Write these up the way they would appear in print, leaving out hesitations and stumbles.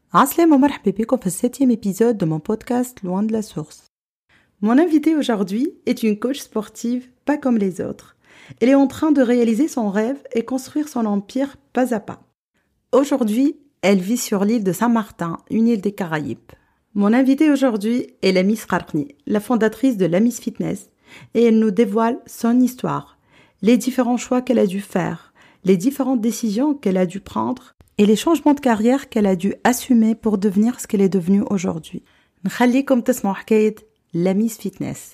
Assalam wa marhaba bikum في le 7e épisode de mon podcast Loin de la source. Mon invitée aujourd'hui est une coach sportive pas comme les autres. Elle est en train de réaliser son rêve et construire son empire pas à pas. Aujourd'hui, elle vit sur l'île de Saint-Martin, une île des Caraïbes. Mon invitée aujourd'hui est la Miss Qarqni, la fondatrice de la Miss Fitness, et elle nous dévoile son histoire, les différents choix qu'elle a dû faire, les différentes décisions qu'elle a dû prendre et les changements de carrière qu'elle a dû assumer pour devenir ce qu'elle est devenue aujourd'hui. نخليكم تسمعوا حكاية la Miss Fitness.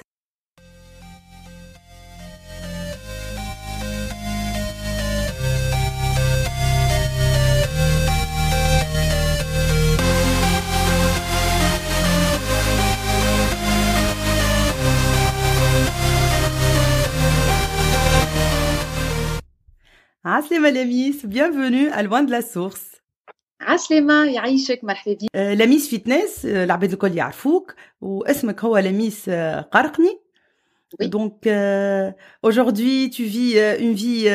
Aslema la Miss, bienvenue à Loin de la Source. عسلامة يعيشك مرحبا بك. La Miss Fitness, العباد الكل يعرفوك واسمك هو la Miss Qarqni. Oui. Donc aujourd'hui, tu vis une vie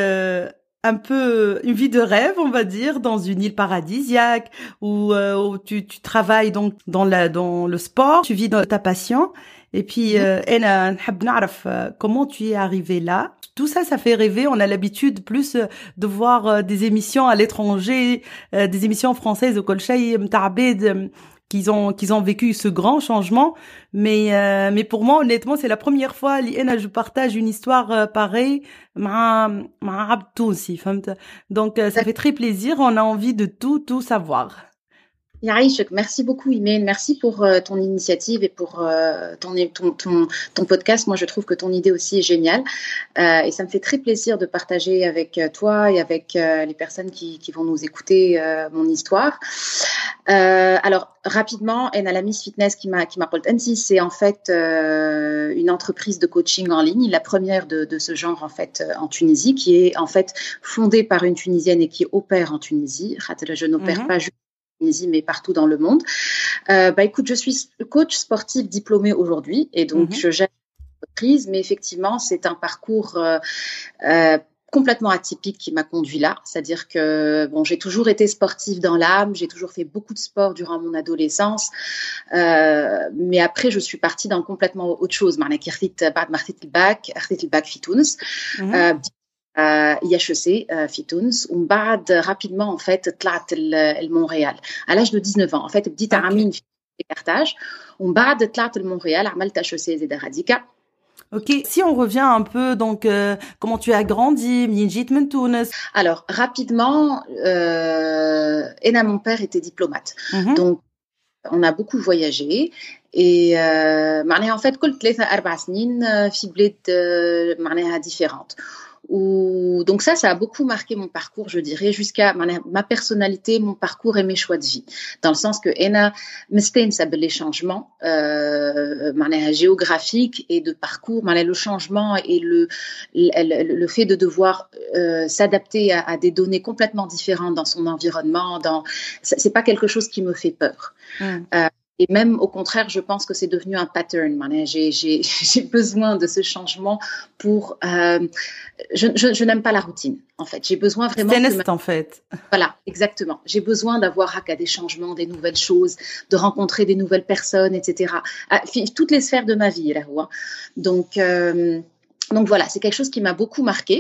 une vie de rêve, on va dire, dans une île paradisiaque où tu travailles donc dans le sport, tu vis dans ta passion. Et puis أنا نحب نعرف comment tu es arrivé là. Tout ça fait rêver. On a l'habitude plus de voir des émissions à l'étranger, des émissions françaises au كل شيء متاع عباد qu'ils ont vécu ce grand changement, mais pour moi honnêtement c'est la première fois que je partage une histoire pareille مع عبد تونسي فهمت. Donc ça fait très plaisir, on a envie de tout savoir. يعيشك. Merci beaucoup Imen, merci pour ton initiative et pour ton podcast. Moi je trouve que ton idée aussi est géniale et ça me fait très plaisir de partager avec toi et avec les personnes qui vont nous écouter mon histoire. Alors rapidement, la Miss Fitness qui m'a قلت أنتِ, c'est en fait une entreprise de coaching en ligne, la première de ce genre en fait en Tunisie, qui est en fait fondée par une Tunisienne et qui opère en Tunisie. Je n'opère pas juste Tunisie, mais partout dans le monde. Écoute, je suis coach sportif diplômée aujourd'hui et donc je gère l'entreprise, mais effectivement, c'est un parcours complètement atypique qui m'a conduit là. C'est-à-dire que j'ai toujours été sportive dans l'âme, j'ai toujours fait beaucoup de sport durant mon adolescence, mais après, je suis partie dans complètement autre chose. بعد ما أخذت الباك في تونس. IHEC في تونس ومن بعد rapidement en fait طلعت لمونريال à l'âge de 19 ans en fait بديت عامين في كارتاج ومن بعد طلعت لمونريال عملت HEC زيادة راديكا. Ok, si on revient un peu, donc comment tu as grandi, منين جيت من تونس? Alors rapidement, mon père était diplomate, donc on a beaucoup voyagé et معناها en fait كل 3-4 سنين في بلاد معناها différentes. Donc ça a beaucoup marqué mon parcours, je dirais, jusqu'à ma personnalité, mon parcours et mes choix de vie. Dans le sens que ça les changements géographiques et de parcours, le changement et le fait de devoir s'adapter à des données complètement différentes dans son environnement. C'est pas quelque chose qui me fait peur. Et même au contraire, je pense que c'est devenu un pattern. J'ai besoin de ce changement pour. Je n'aime pas la routine. En fait, j'ai besoin vraiment. En fait. Voilà, exactement. J'ai besoin d'avoir des changements, des nouvelles choses, de rencontrer des nouvelles personnes, etc. Toutes les sphères de ma vie là. Donc voilà, c'est quelque chose qui m'a beaucoup marqué.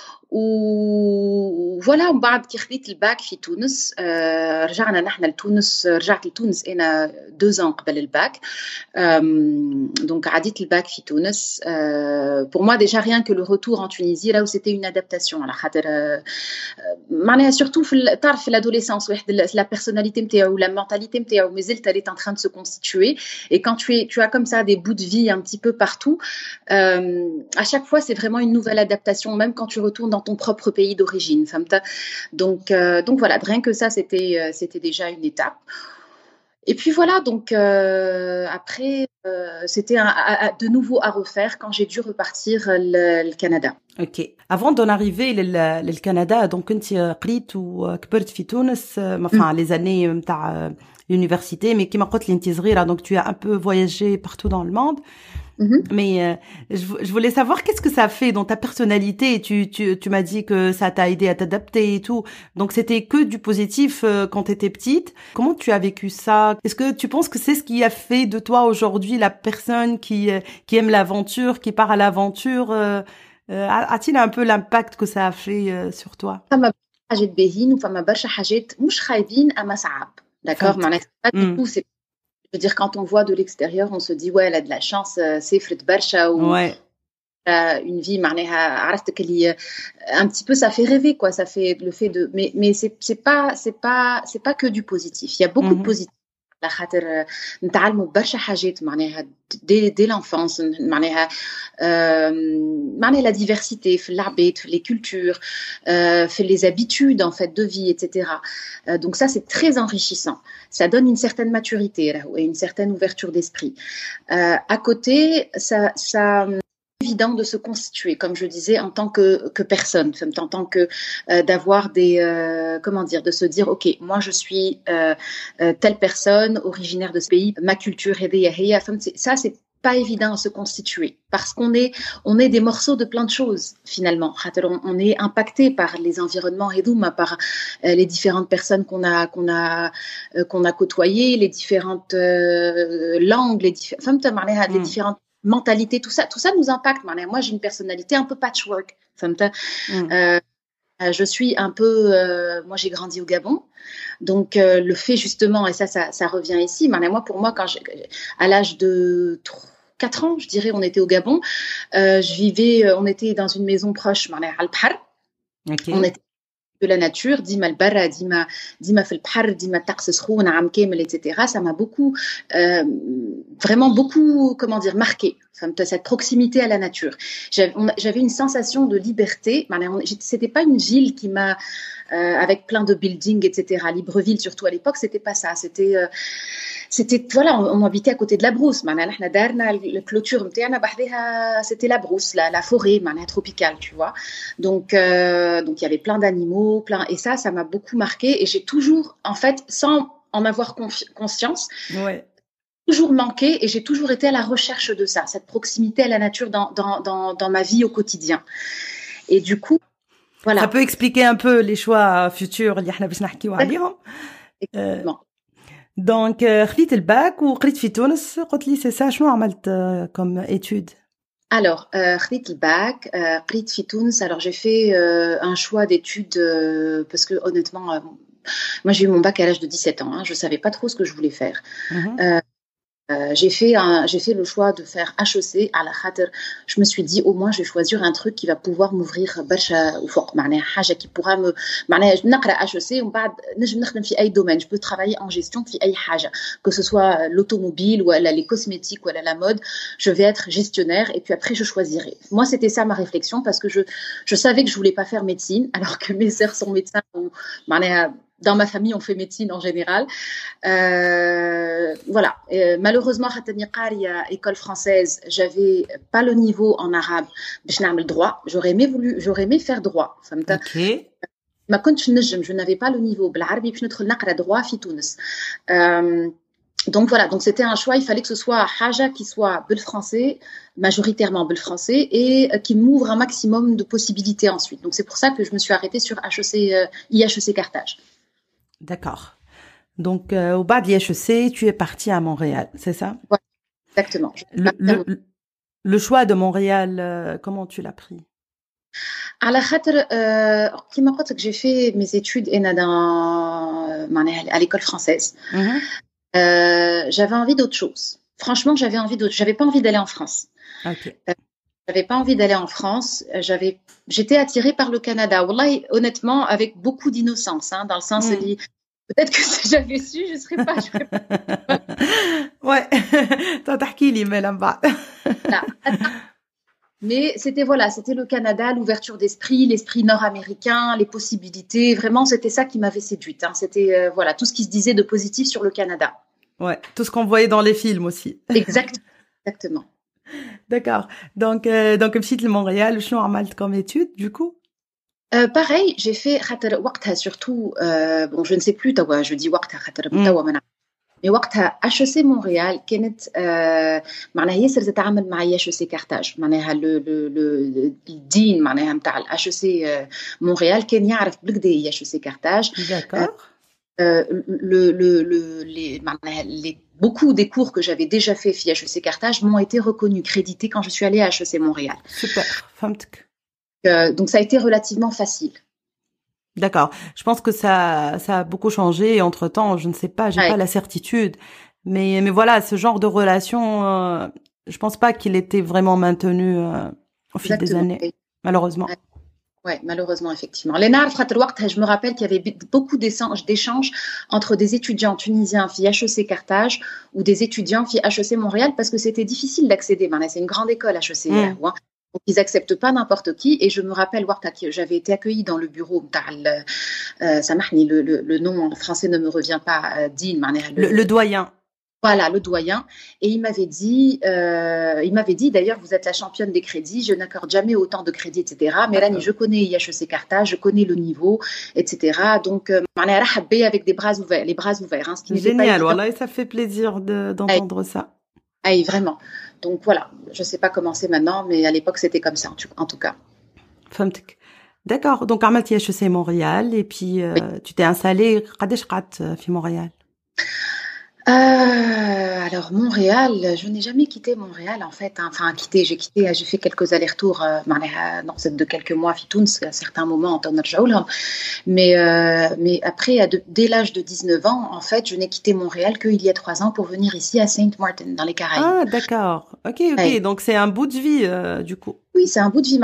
وفوالا ومن بعد كي خديت الباك في تونس رجعنا نحن لتونس. رجعت لتونس انا 2 ans قبل الباك. Donc عديت الباك في تونس. Pour moi déjà rien que le retour en Tunisie là où c'était une adaptation على خاطر معناها surtout في l'adolescence واحد la personnalité نتاعو la mentalité نتاعو مازالت elle est en train de se constituer et quand tu as comme ça des bouts de vie un petit peu partout, à chaque fois c'est vraiment une nouvelle adaptation même quand tu retournes dans ton propre pays d'origine. Donc voilà, rien que ça, c'était déjà une étape. Et puis voilà, donc après, c'était de nouveau à refaire quand j'ai dû repartir le Canada. Ok. Avant d'en arriver le Canada, donc انت قريت وكبرت في تونس, enfin les années متاع l'université, mais كيما قلت لي انت صغيرة, donc tu as un peu voyagé partout dans le monde. Mais je voulais savoir qu'est-ce que ça a fait dans ta personnalité. Tu m'as dit que ça t'a aidé à t'adapter et tout. Donc c'était que du positif quand t'étais petite. Comment tu as vécu ça? Est-ce que tu penses que c'est ce qui a fait de toi aujourd'hui la personne qui aime l'aventure, qui part à l'aventure? A-t-il un peu l'impact que ça a fait sur toi? فما حاجات باهين وفما برشا حاجات مش خايبين اما صعب. D'accord, فهمت. معناتها pas du tout, c'est je veux dire quand on voit de l'extérieur on se dit ouais elle a de la chance سافرت برشا ou Ouais. une vie معناها عرفتك اللي un petit peu ça fait rêver quoi, ça fait le fait de mais c'est pas que du positif, il y a beaucoup de positif على خاطر نتعلموا برشا حاجات معناها dès l'enfance معناها معناها la diversité في العباد في les cultures في les habitudes en fait de vie etc. Donc ça c'est très enrichissant, ça donne une certaine maturité et une certaine ouverture d'esprit. À côté ça évident de se constituer, comme je disais, en tant que personne, en tant que d'avoir des comment dire, de se dire ok, moi je suis telle personne originaire de ce pays, ma culture ça c'est pas évident à se constituer parce on est des morceaux de plein de choses finalement. On est impacté par les environnements et par les différentes personnes qu'on a côtoyées, les différentes langues, les différentes mentalité, tout ça nous impacte. Moi, j'ai une personnalité un peu patchwork. Je suis un peu... moi, j'ai grandi au Gabon. Donc, le fait justement, et ça revient ici, pour moi, à l'âge de 4 ans, je dirais, on était au Gabon. On était dans une maison proche, al-Bahar. Okay. On était de la nature, dima al-barra, dima fil bahar, dima taqs skhun, am kamel, etc. Ça m'a beaucoup, vraiment beaucoup, comment dire, marqué. Cette proximité à la nature. J'avais une sensation de liberté. C'était pas une ville qui m'a, avec plein de buildings, etc. Libreville, surtout à l'époque, c'était pas ça. C'était voilà, on habitait à côté de la brousse. La clôture, c'était la brousse, la forêt, tropicale, tu vois. Donc il y avait plein d'animaux, et ça m'a beaucoup marqué. Et j'ai toujours, en fait, sans en avoir conscience, toujours manqué, et j'ai toujours été à la recherche de ça, cette proximité à la nature dans ma vie au quotidien. Et du coup, voilà. Ça peut expliquer un peu les choix futurs اللي احنا باش نحكيو عليهم. Donc خديت الباك وقريت في تونس. قلت لي سي سا، شنو عملت comme étude؟ Alors, قريت الباك, قريت في تونس. Alors j'ai fait un choix d'études parce que honnêtement, moi j'ai eu mon bac à l'âge de 17 ans. Je savais pas trop ce que je voulais faire. J'ai fait le choix de faire HEC à la khater. Je me suis dit au moins je vais choisir un truc qui va pouvoir m'ouvrir برشا وفوق معناها حاجه qui pourra me معناها نقرا HEC ومن بعد نجم نخدم في اي domaine. Je peux travailler en gestion في اي حاجه, que ce soit l'automobile ou les cosmétiques ou la mode. Je vais être gestionnaire et puis après je choisirai. Moi c'était ça ma réflexion parce que je savais que je voulais pas faire médecine alors que mes sœurs sont médecins ou معناها dans ma famille, on fait médecine en général. Voilà. Malheureusement, à école française, j'avais pas le niveau en arabe. Le droit. J'aurais aimé faire droit. Okay. Je n'avais pas le niveau. Droit fi Tunis. Donc voilà, donc c'était un choix, il fallait que ce soit haja qui soit bel français, majoritairement bel français, et qui m'ouvre un maximum de possibilités ensuite. Donc c'est pour ça que je me suis arrêtée sur IHEC Carthage. D'accord. Donc, au bas de l'IHEC, tu es partie à Montréal, c'est ça? Ouais, exactement. Le choix de Montréal, comment tu l'as pris? على خاطر كيما قلت لك j'ai fait mes études à l'école française. J'avais envie d'autre chose. Franchement, j'avais pas envie d'aller en France. Okay. J'avais pas envie d'aller en France. J'étais attirée par le Canada. Wallahi, honnêtement, avec beaucoup d'innocence, dans le sens où peut-être que si j'avais su, je serais pas. Ouais. T'as تحكي لي mais là-bas. Mais c'était le Canada, l'ouverture d'esprit, l'esprit nord-américain, les possibilités. Vraiment, c'était ça qui m'avait séduite. C'était tout ce qui se disait de positif sur le Canada. Ouais, tout ce qu'on voyait dans les films aussi. Exactement. D'accord. Donc مشيت لمونريال. شنو عملت comme étude du coup? Pareil, j'ai fait خاطر وقتها surtout bon je ne sais plus توا je dis وقتها خاطر توا مي وقتها HEC مونريال كانت معناها ياسر تتعامل مع HEC كارتاج معناها الدين معناها نتاع HEC مونريال كان يعرف بالكدا HEC كارتاج. D'accord. Beaucoup des cours que j'avais déjà fait via HEC Carthage m'ont été reconnus, crédités quand je suis allée à HEC Montréal. Super, فهمتك. Donc ça a été relativement facile. D'accord. Je pense que ça a beaucoup changé entre-temps. Je ne sais pas, j'ai Ouais. pas la certitude. Mais voilà, ce genre de relation, je pense pas qu'il était vraiment maintenu au fil des Exactement. années, malheureusement. Ouais, malheureusement, effectivement. Lénar Fraterwakt, je me rappelle qu'il y avait beaucoup d'échanges entre des étudiants tunisiens via HEC Carthage ou des étudiants via HEC Montréal parce que c'était difficile d'accéder. C'est une grande école, HEC. Donc, ils n'acceptent pas n'importe qui. Et je me rappelle, j'avais été accueillie dans le bureau. Le nom en français ne me revient pas. Din, le doyen. Voilà, le doyen. Et il m'avait dit, d'ailleurs, vous êtes la championne des crédits, je n'accorde jamais autant de crédits, etc. Mais là, je connais HEC Carthage, je connais le niveau, etc. Donc, avec des bras ouverts, les bras ouverts. Hein, ce qui génial, voilà, et ça fait plaisir d'entendre ça. Ah, vraiment. Donc voilà, je ne sais pas comment c'est maintenant, mais à l'époque, c'était comme ça, en tout cas. فهمتك. D'accord. Donc, عملتي HEC Montréal, et puis tu t'es installée قداش قعدت في Montréal? Alors Montréal, je n'ai jamais quitté Montréal en fait. Enfin j'ai fait quelques allers-retours de quelques mois à Tunis à certains moments en temps mais après dès l'âge de 19 ans en fait je n'ai quitté Montréal qu'il y a 3 ans pour venir ici à Saint Martin dans les Caraïbes. Ah d'accord, ok ouais. Donc c'est un bout de vie du coup. Oui, c'est un bout de vie.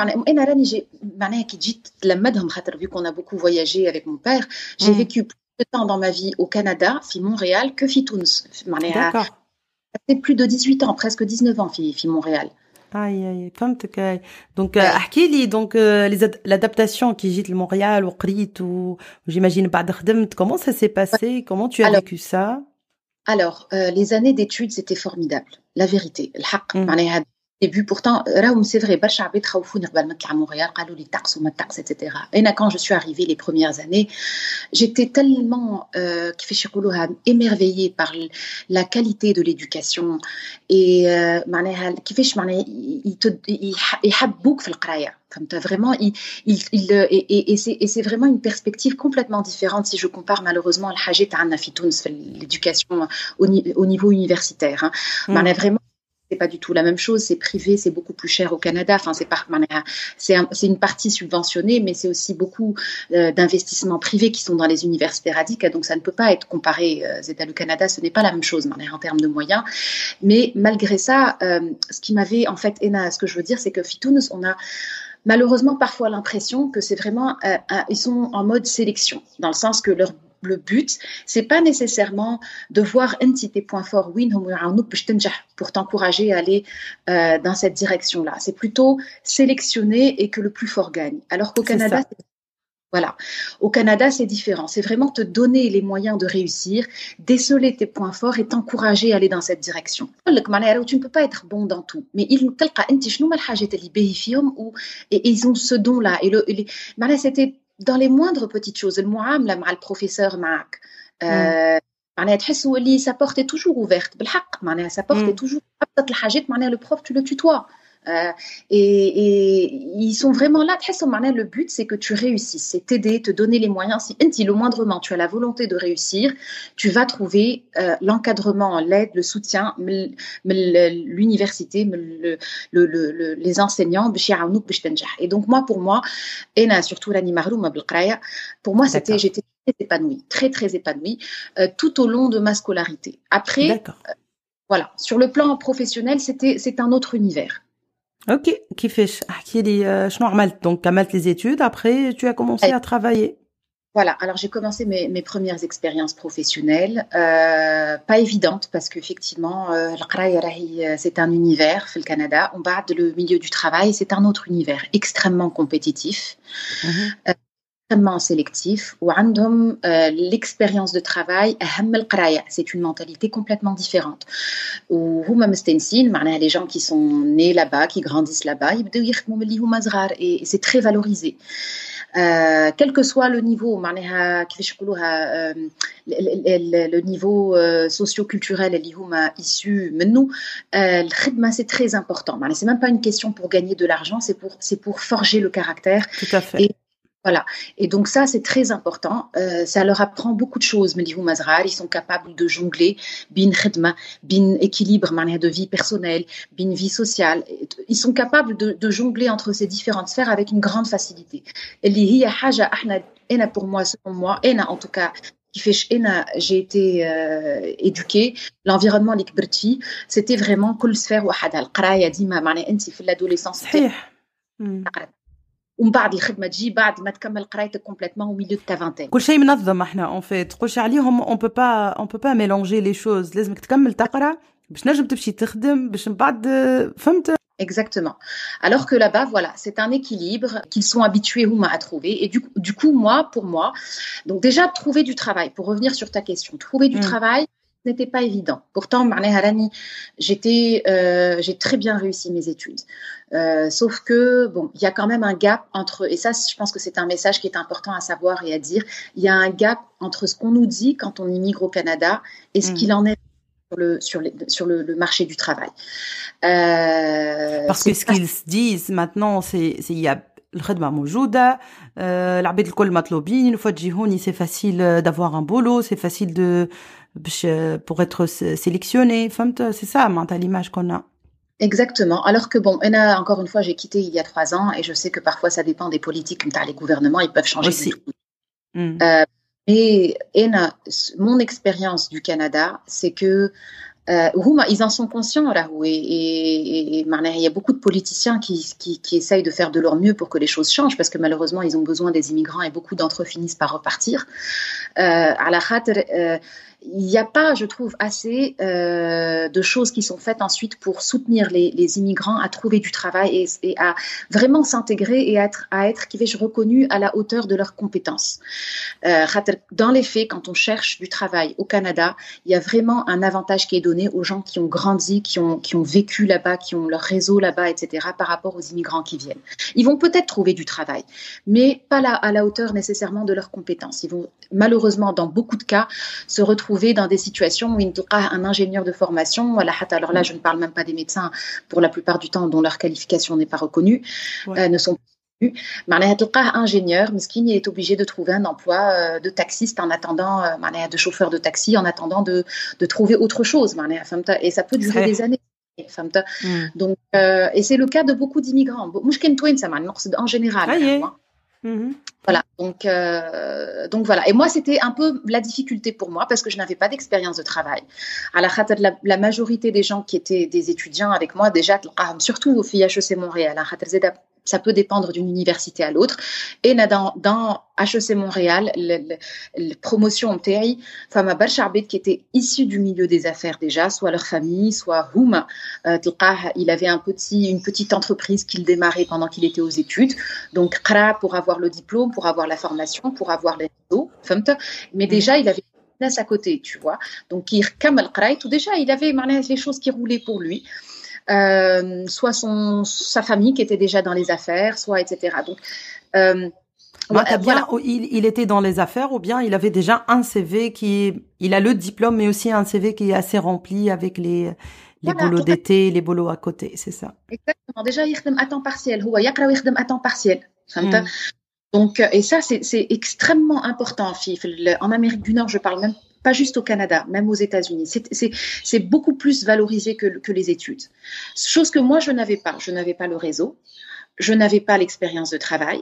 Vu qu'on a beaucoup voyagé avec mon père, j'ai vécu de temps dans ma vie au Canada, fi Montréal, que fi Tunis. D'accord. C'est plus de 18 ans, presque 19 ans fi Montréal. Aïe, فهمتك. Donc احكي لي donc l'adaptation qui جيت لمونريال وقريت j'imagine بعد خدمت, comment ça s'est passé, comment tu as vécu ça? Alors les années d'études c'était formidable, la vérité, الحق معناها début pourtant c'est vrai برشا عباد خوفوني قبل ما نطلع مونريال قالوا لي طقس وما طقس etc. Et quand je suis arrivée les premières années j'étais tellement كيفاش يقولوها émerveillée par la qualité de l'éducation et معناها كيفاش معناها يحبوك في القرايه فهمت vraiment et c'est vraiment une perspective complètement différente si je compare malheureusement الحاجات عندنا في تونس في l'éducation au niveau universitaire معناها vraiment c'est pas du tout la même chose, c'est privé, c'est beaucoup plus cher au Canada. Enfin, c'est une partie subventionnée, mais c'est aussi beaucoup d'investissements privés qui sont dans les universités radicales. Donc, ça ne peut pas être comparé. Le Canada, ce n'est pas la même chose en termes de moyens. Mais malgré ça, ce qui m'avait en fait, ce que je veux dire, c'est que Fitounes, on a malheureusement parfois l'impression que c'est vraiment, ils sont en mode sélection, dans le sens que le but, c'est pas nécessairement de voir tes points forts pour t'encourager à aller dans cette direction-là. C'est plutôt sélectionner et que le plus fort gagne. Alors qu'au Canada, au Canada, c'est différent. C'est vraiment te donner les moyens de réussir, déceler tes points forts et t'encourager à aller dans cette direction. Tu ne peux pas être bon dans tout, mais et ils ont ce don-là. Et c'était dans les moindres petites choses. Le muamla مع البروفيسور معك معناها تحسوا اللي sa porte est toujours ouverte بالحق معناها sa porte est toujours أبسط الحاجات معناها le prof tu le tutoies et ils sont vraiment là تحسوا معناها le but c'est que tu réussisses, c'est t'aider, te donner les moyens. Si le moindrement tu as la volonté de réussir, tu vas trouver l'encadrement, l'aide, le soutien l'université les enseignants باش يعاونوك باش تنجح. Et donc pour moi et surtout راني مغرومه بالقرايه, pour moi j'étais très épanouie, très très épanouie tout au long de ma scolarité. Après voilà, sur le plan professionnel c'est un autre univers. Ok, كيفاش احكي لي شنو عملت؟ Donc عملت les études, après tu as commencé à travailler. Voilà, alors j'ai commencé mes premières expériences professionnelles, pas évidentes parce qu'effectivement, c'est un univers, في الكندا. On parle le milieu du travail, c'est un autre univers extrêmement compétitif, extrêmement sélectif, où عندهم l'expérience de travail أهم القراية. C'est une mentalité complètement différente. وهما مستنسين معناها les gens qui sont nés là-bas, qui grandissent là-bas, يبداو يخدموا ملي هما صغار et c'est très valorisé. quel que soit le niveau, le niveau socio-culturel اللي هما issus منه, الخدمة c'est très important. C'est même pas une question pour gagner de l'argent, c'est pour forger le caractère. Tout à fait. Et voilà. Et donc ça, c'est très important. Ça leur apprend beaucoup de choses. Ils sont capables de jongler bin khidma, bin équilibre de vie personnelle, bin vie sociale. Ils sont capables de jongler entre ces différentes sphères avec une grande facilité. Et pour moi, selon moi, en tout cas, j'ai été éduquée. L'environnement اللي كبرت فيه, c'était vraiment كل sphère وحدها. القراية ديما معناها أنت في l'adolescence. صحيح. ومن بعد الخدمه تجي بعد ما تكمل قرايتك complètement au milieu de ta vingtaine. كل شيء منظم احنا en fait. تقولش عليهم on peut pas mélanger les choses. لازمك تكمل تقرا باش نجم تمشي تخدم باش من بعد فهمت. Exactement. Alors que là-bas, voilà, c'est un équilibre qu'ils sont habitués à trouver. Et du coup, pour moi, donc déjà trouver du travail. Pour revenir sur ta question, trouver du travail n'était pas évident. Pourtant, j'ai très bien réussi mes études. Sauf que, bon, il y a quand même un gap entre, et ça, je pense que c'est un message qui est important à savoir et à dire, il y a un gap entre ce qu'on nous dit quand on immigre au Canada et ce qu'il en est sur le marché du travail. Parce que ce qu'ils se disent maintenant, il y a الخدمة موجودة, العباد الكل مطلوبين, une fois تجي هوني c'est facile d'avoir un boulot, c'est facile pour être sélectionné, c'est ça l'image qu'on a. Exactement. Alors que bon, encore une fois, j'ai quitté il y a 3 ans et je sais que parfois ça dépend des politiques, les gouvernements, ils peuvent changer aussi. Et mon expérience du Canada, c'est que ils en sont conscients là, et il y a beaucoup de politiciens qui essayent de faire de leur mieux pour que les choses changent, parce que malheureusement ils ont besoin des immigrants et beaucoup d'entre eux finissent par repartir. Il n'y a pas, je trouve, assez de choses qui sont faites ensuite pour soutenir les immigrants à trouver du travail et à vraiment s'intégrer et à être qui vais-je reconnu à la hauteur de leurs compétences. Dans les faits, quand on cherche du travail au Canada, il y a vraiment un avantage qui est donné aux gens qui ont grandi, qui ont vécu là-bas, qui ont leur réseau là-bas, etc., par rapport aux immigrants qui viennent. Ils vont peut-être trouver du travail, mais pas à la hauteur nécessairement de leurs compétences. Ils vont malheureusement, dans beaucoup de cas, se retrouver dans des situations où il y a un ingénieur de formation, alors là je ne parle même pas des médecins pour la plupart du temps dont leur qualification n'est pas reconnue, ne sont pas reconnus. Ingénieur, Miskin, il est obligé de trouver un emploi de taxiste en attendant, de chauffeur de taxi en attendant de trouver autre chose. Et ça peut durer des années. Donc, et c'est le cas de beaucoup d'immigrants. En général. Voilà, donc voilà. Et moi, c'était un peu la difficulté pour moi parce que je n'avais pas d'expérience de travail. La majorité des gens qui étaient des étudiants avec moi, déjà, surtout au FIHEC Montréal, ça peut dépendre d'une université à l'autre. Et dans HEC Montréal, la promotion en TI, femme Barcharbet qui était issue du milieu des affaires déjà, soit leur famille, soit Houm, il avait une petite entreprise qu'il démarrait pendant qu'il était aux études. Donc, pour avoir le diplôme, pour avoir la formation, pour avoir les réseaux, mais déjà, il avait une business à côté, tu vois. Donc, déjà, il avait les choses qui roulaient pour lui. Soit sa famille qui était déjà dans les affaires, soit etc. Donc, voilà. Il était dans les affaires ou bien il avait déjà un CV il a le diplôme mais aussi un CV qui est assez rempli avec les boulots d'été, les boulots à côté, c'est ça. Exactement. Déjà, il يخدم à temps partiel. هو يقرأ ويخدم à temps partiel. Donc, et ça, c'est extrêmement important. En Amérique du Nord, je parle même pas juste au Canada, même aux États-Unis. C'est beaucoup plus valorisé que les études. Chose que moi, je n'avais pas. Je n'avais pas le réseau. Je n'avais pas l'expérience de travail.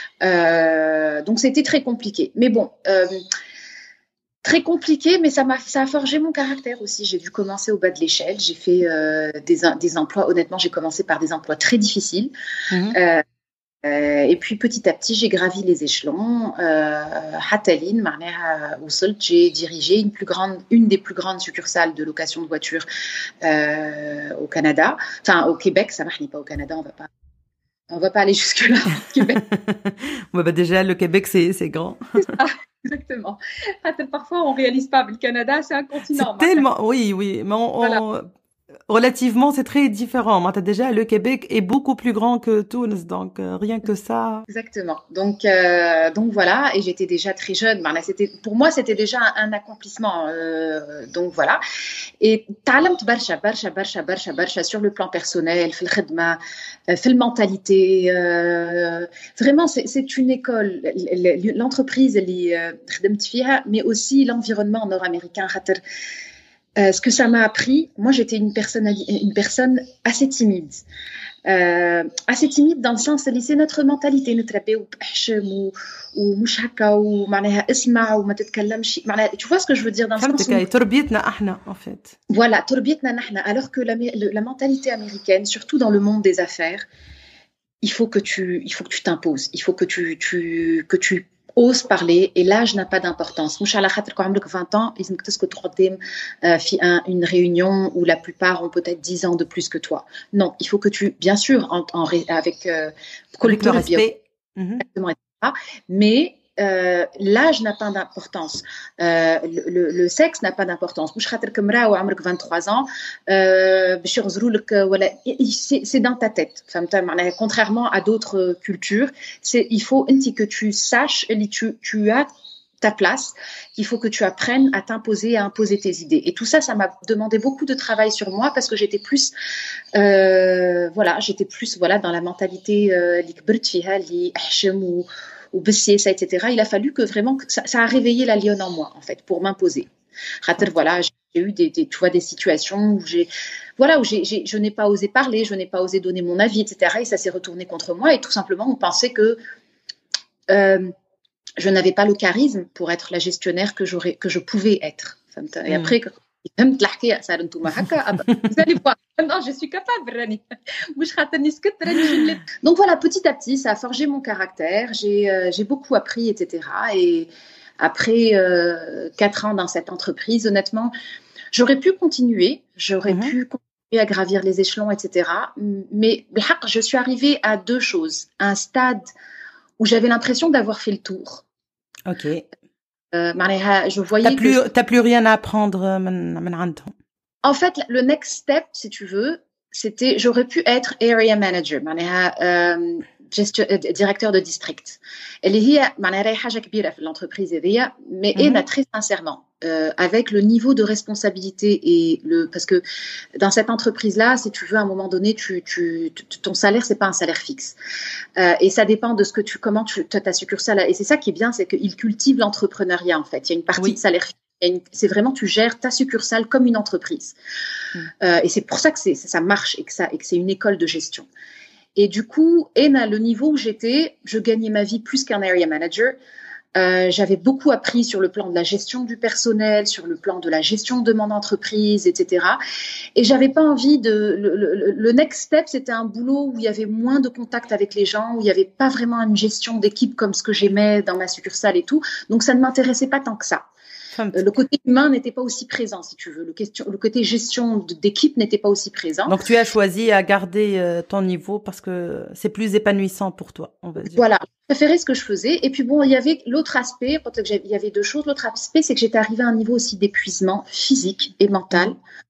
Donc, c'était très compliqué. Mais bon, très compliqué, mais ça a forgé mon caractère aussi. J'ai dû commencer au bas de l'échelle. J'ai fait des emplois. Honnêtement, j'ai commencé par des emplois très difficiles. Et puis petit à petit, j'ai gravi les échelons. J'ai dirigé une des plus grandes succursales de location de voitures au Canada. Enfin, au Québec, ça marche pas au Canada, on va pas aller jusque-là. Québec. Déjà, le Québec, c'est grand. C'est ça, exactement. Parfois, on réalise pas, mais le Canada, c'est un continent. C'est tellement, oui, mais relativement, c'est très différent. Moi, déjà, le Québec est beaucoup plus grand que Tunis, donc rien que ça. Exactement. Donc voilà, et j'étais déjà très jeune. Ben là, pour moi, c'était déjà un accomplissement. Donc voilà. Et تعلمت برشا برشا برشا برشا برشا sur le plan personnel, في الخدمة, في المنتalité. Vraiment, c'est une école. L'entreprise اللي خدمت فيها, mais aussi l'environnement nord-américain. Ce que ça m'a appris, moi j'étais une personne assez timide. Assez timide dans le sens اللي c'est notre mentalité نتربيو بحشم ومش هكا ومعناها اسمع وما تتكلمش معناها tu vois ce que je veux dire dans le sens فهمتك تربيتنا احنا en fait. Voilà, تربيتنا نحن alors que la mentalité américaine surtout dans le monde des affaires il faut que tu t'imposes, il faut que tu oses parler et l'âge n'a pas d'importance. مش على خاطر عمرك 20 ans لازمك تسكت قدام في une réunion où la plupart ont peut-être 10 ans de plus que toi. Non, il faut que tu bien sûr avec le respect. Exactement, etc. Mais l'âge n'a pas d'importance. Le sexe n'a pas d'importance. مش خاطر كمرأة وعمرك 23 ans باش يغزروا لك ولا c'est dans ta tête. Contrairement à d'autres cultures, il faut que tu saches tu as ta place, il faut que tu apprennes à t'imposer, à imposer tes idées. Et tout ça, ça m'a demandé beaucoup de travail sur moi parce que j'étais plus dans la mentalité اللي كبرت فيها اللي احشم ou Bessiesa, etc. Il a fallu que vraiment ça a réveillé la lionne en moi en fait pour m'imposer. Voilà, j'ai eu des situations où je n'ai pas osé parler, je n'ai pas osé donner mon avis, etc. Et ça s'est retourné contre moi et tout simplement on pensait que je n'avais pas le charisme pour être la gestionnaire que je pouvais être. Et après فهمت الحكايه صار انتم هكا vous allez voir non je suis capable راني مش خاطر نسكت راني donc voilà petit à petit ça a forgé mon caractère, j'ai beaucoup appris etc. Et après 4 ans dans cette entreprise honnêtement j'aurais pu continuer à gravir les échelons etc. Mais je suis arrivée à 2 choses, un stade où j'avais l'impression d'avoir fait le tour. Ok. Je voyais t'as plus rien à apprendre من عندهم. En fait, le next step, si tu veux, j'aurais pu être area manager, directeur de district. اللي هي معناها راهي حاجة كبيرة في l'entreprise هذيا, mais très sincèrement, avec le niveau de responsabilité et parce que dans cette entreprise-là, si tu veux, à un moment donné, ton salaire, c'est pas un salaire fixe. Et ça dépend de comment ta succursale, et c'est ça qui est bien, c'est qu'il cultive l'entrepreneuriat, en fait. Il y a une partie de salaire fixe. C'est vraiment, tu gères ta succursale comme une entreprise. Et c'est pour ça que ça marche et que c'est une école de gestion. Et du coup, à le niveau où j'étais, je gagnais ma vie plus qu'un area manager. J'avais beaucoup appris sur le plan de la gestion du personnel, sur le plan de la gestion de mon entreprise, etc. Et j'avais pas envie le next step, c'était un boulot où il y avait moins de contact avec les gens, où il y avait pas vraiment une gestion d'équipe comme ce que j'aimais dans ma succursale et tout. Donc ça ne m'intéressait pas tant que ça. Le côté humain n'était pas aussi présent, si tu veux. Le côté gestion d'équipe n'était pas aussi présent. Donc, tu as choisi à garder ton niveau parce que c'est plus épanouissant pour toi, on va dire. Voilà, je préférais ce que je faisais. Et puis bon, il y avait l'autre aspect, il y avait 2 choses. L'autre aspect, c'est que j'étais arrivée à un niveau aussi d'épuisement physique et mental.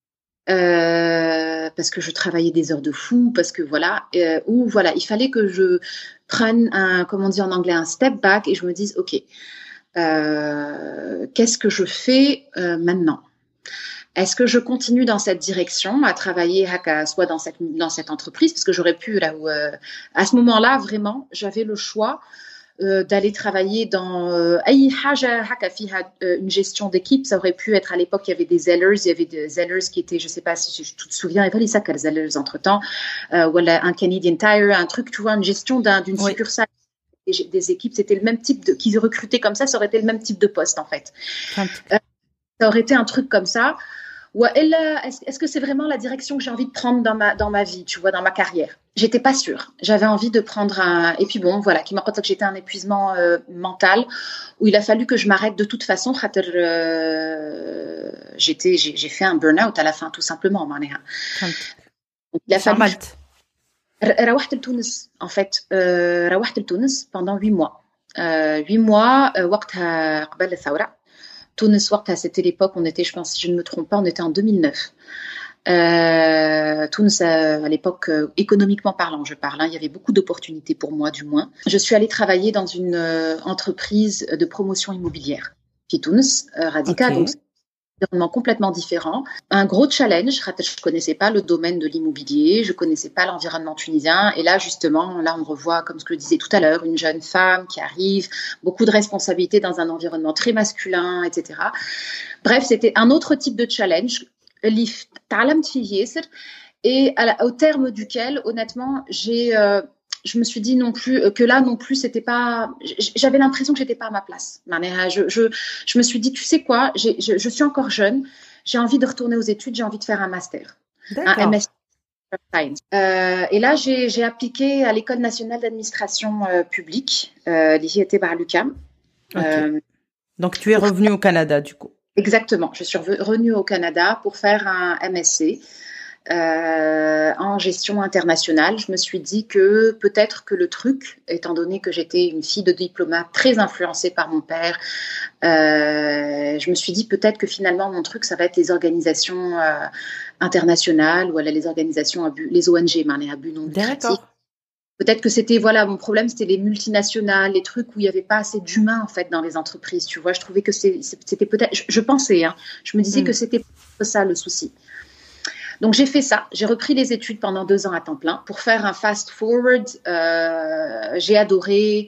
Parce que je travaillais des heures de fou, parce que il fallait que je prenne comment on dit en anglais, un step back et je me dise, ok, qu'est-ce que je fais maintenant? Est-ce que je continue dans cette direction à travailler soit dans cette entreprise, parce que j'aurais pu à ce moment-là vraiment j'avais le choix d'aller travailler dans une gestion d'équipe. Ça aurait pu être à l'époque, il y avait des Zellers qui étaient, je sais pas si tu te souviens, il y avait ça qu'elles Zellers entre temps, voilà, un Canadian Tire, un truc, tu vois, une gestion d'une succursale. Des équipes, c'était le même type qu'ils recrutaient comme ça aurait été le même type de poste en fait. Ça aurait été un truc comme ça. Est-ce que c'est vraiment la direction que j'ai envie de prendre dans ma vie, tu vois, dans ma carrière? J'étais pas sûre. J'avais envie de prendre et puis bon, voilà, qui m'a dit que j'étais un épuisement mental où il a fallu que je m'arrête de toute façon. J'ai fait un burn-out à la fin, tout simplement. Il a fallu. روحت لتونس en fait روحت لتونس pendant 8 mois 8 mois وقتها قبل الثورة. Tunis وقتها c'était l'époque on était, je pense si je ne me trompe pas, on était en 2009 Tunis, à l'époque, économiquement parlant, je parle, hein, il y avait beaucoup d'opportunités pour moi, du moins. Je suis allée travailler dans une entreprise de promotion immobilière, في تونس, Radica, donc Ok. environnement complètement différent. Un gros challenge, je connaissais pas le domaine de l'immobilier, je connaissais pas l'environnement tunisien. Et là, justement, là, on revoit, comme ce que je disais tout à l'heure, une jeune femme qui arrive, beaucoup de responsabilités dans un environnement très masculin, etc. Bref, c'était un autre type de challenge. Et au terme duquel, honnêtement, je me suis dit non plus que là non plus c'était pas. J'avais l'impression que j'étais pas à ma place. Je me suis dit, tu sais quoi, je suis encore jeune, j'ai envie de retourner aux études, j'ai envie de faire un master, un D'accord. MSc Science. Et là, j'ai appliqué à l'École nationale d'administration publique, l'IET Bar Lucam. Ok. Donc, tu es revenu au Canada, du coup. Exactement. Je suis revenue au Canada pour faire un MSc. En gestion internationale, je me suis dit que peut-être que le truc, étant donné que j'étais une fille de diplomate très influencée par mon père, je me suis dit peut-être que finalement mon truc, ça va être les organisations internationales ou les organisations les ONG, à but non lucratif. D'accord. Peut-être que c'était, voilà, mon problème, c'était les multinationales, les trucs où il n'y avait pas assez d'humains, en fait, dans les entreprises, tu vois. Je trouvais que c'était peut-être, je pensais, hein, je me disais que c'était ça le souci. Donc, j'ai fait ça. J'ai repris les études pendant 2 ans à temps plein pour faire un fast-forward. J'ai adoré.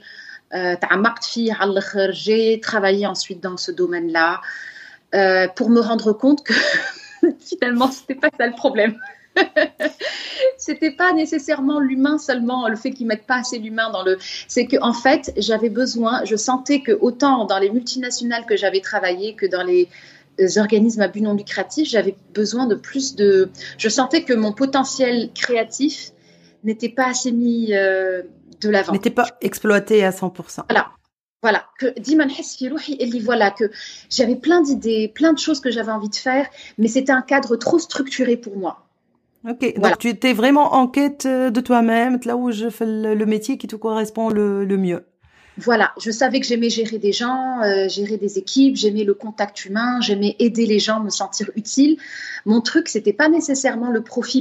J'ai travaillé ensuite dans ce domaine-là pour me rendre compte que finalement, c'était pas ça le problème. C'était pas nécessairement l'humain seulement, le fait qu'ils mettent pas assez l'humain dans le. C'est que en fait, j'avais besoin. Je sentais que autant dans les multinationales que j'avais travaillé que dans les organismes à but non lucratif, j'avais besoin de plus de. Je sentais que mon potentiel créatif n'était pas assez mis de l'avant. N'était pas exploité à 100%. Voilà, que voilà, que j'avais plein d'idées, plein de choses que j'avais envie de faire, mais c'était un cadre trop structuré pour moi. Ok, Voilà. donc tu étais vraiment en quête de toi-même, là où je fais le métier qui te correspond le mieux. Voilà, je savais que j'aimais gérer des gens, gérer des équipes, j'aimais le contact humain, j'aimais aider les gens, me sentir utile. Mon truc, c'était pas nécessairement le profit.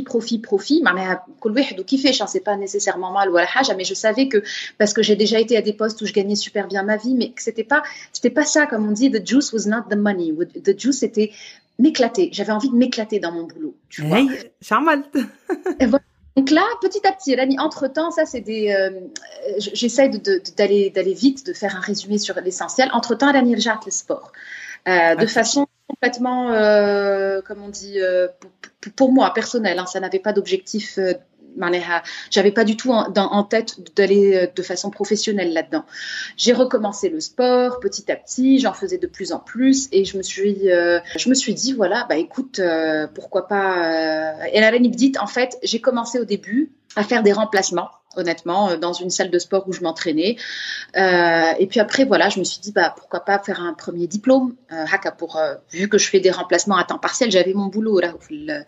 C'est pas nécessairement mal ou mais je savais que parce que j'ai déjà été à des postes où je gagnais super bien ma vie, mais que c'était pas ça, comme on dit, the juice was not the money. The juice, c'était m'éclater. J'avais envie de m'éclater dans mon boulot, tu vois. Hey, charmant. Et voilà. Donc là, petit à petit, entre-temps, ça c'est j'essaie d'aller vite, de faire un résumé sur l'essentiel. Entre-temps, Rani rejette le sport. De façon complètement, comme on dit, pour moi, personnelle. Hein, ça n'avait pas d'objectif. J'avais pas du tout en tête d'aller de façon professionnelle là-dedans. J'ai recommencé le sport petit à petit, j'en faisais de plus en plus et je me suis dit voilà, bah écoute, pourquoi pas. Et la dite, en fait, j'ai commencé au début à faire des remplacements, honnêtement, dans une salle de sport où je m'entraînais. Et puis après, voilà, je me suis dit, bah, pourquoi pas faire un premier diplôme, vu que je fais des remplacements à temps partiel, j'avais mon boulot là,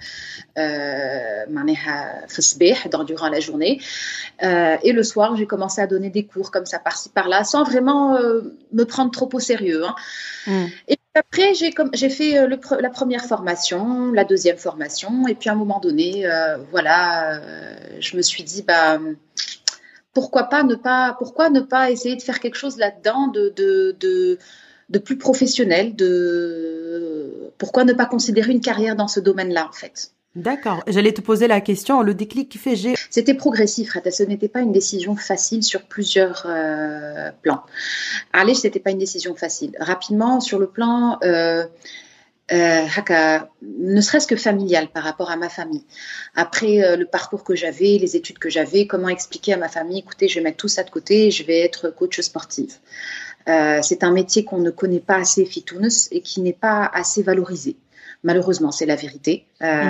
durant la journée. Et le soir, j'ai commencé à donner des cours comme ça, par-ci, par-là, sans vraiment me prendre trop au sérieux. Hein. Et après, j'ai fait la première formation, la deuxième formation, et puis à un moment donné, je me suis dit, bah, pourquoi ne pas essayer de faire quelque chose là-dedans de plus professionnel, pourquoi ne pas considérer une carrière dans ce domaine-là, en fait. D'accord. J'allais te poser la question, le déclic qui fait C'était progressif, ce n'était pas une décision facile sur plusieurs plans. Allez, c'était pas une décision facile. Rapidement, sur le plan ne serait-ce que familial par rapport à ma famille. Après le parcours que j'avais, les études que j'avais, comment expliquer à ma famille, écoutez, je vais mettre tout ça de côté et je vais être coach sportive. C'est un métier qu'on ne connaît pas assez fitounes et qui n'est pas assez valorisé. Malheureusement, c'est la vérité.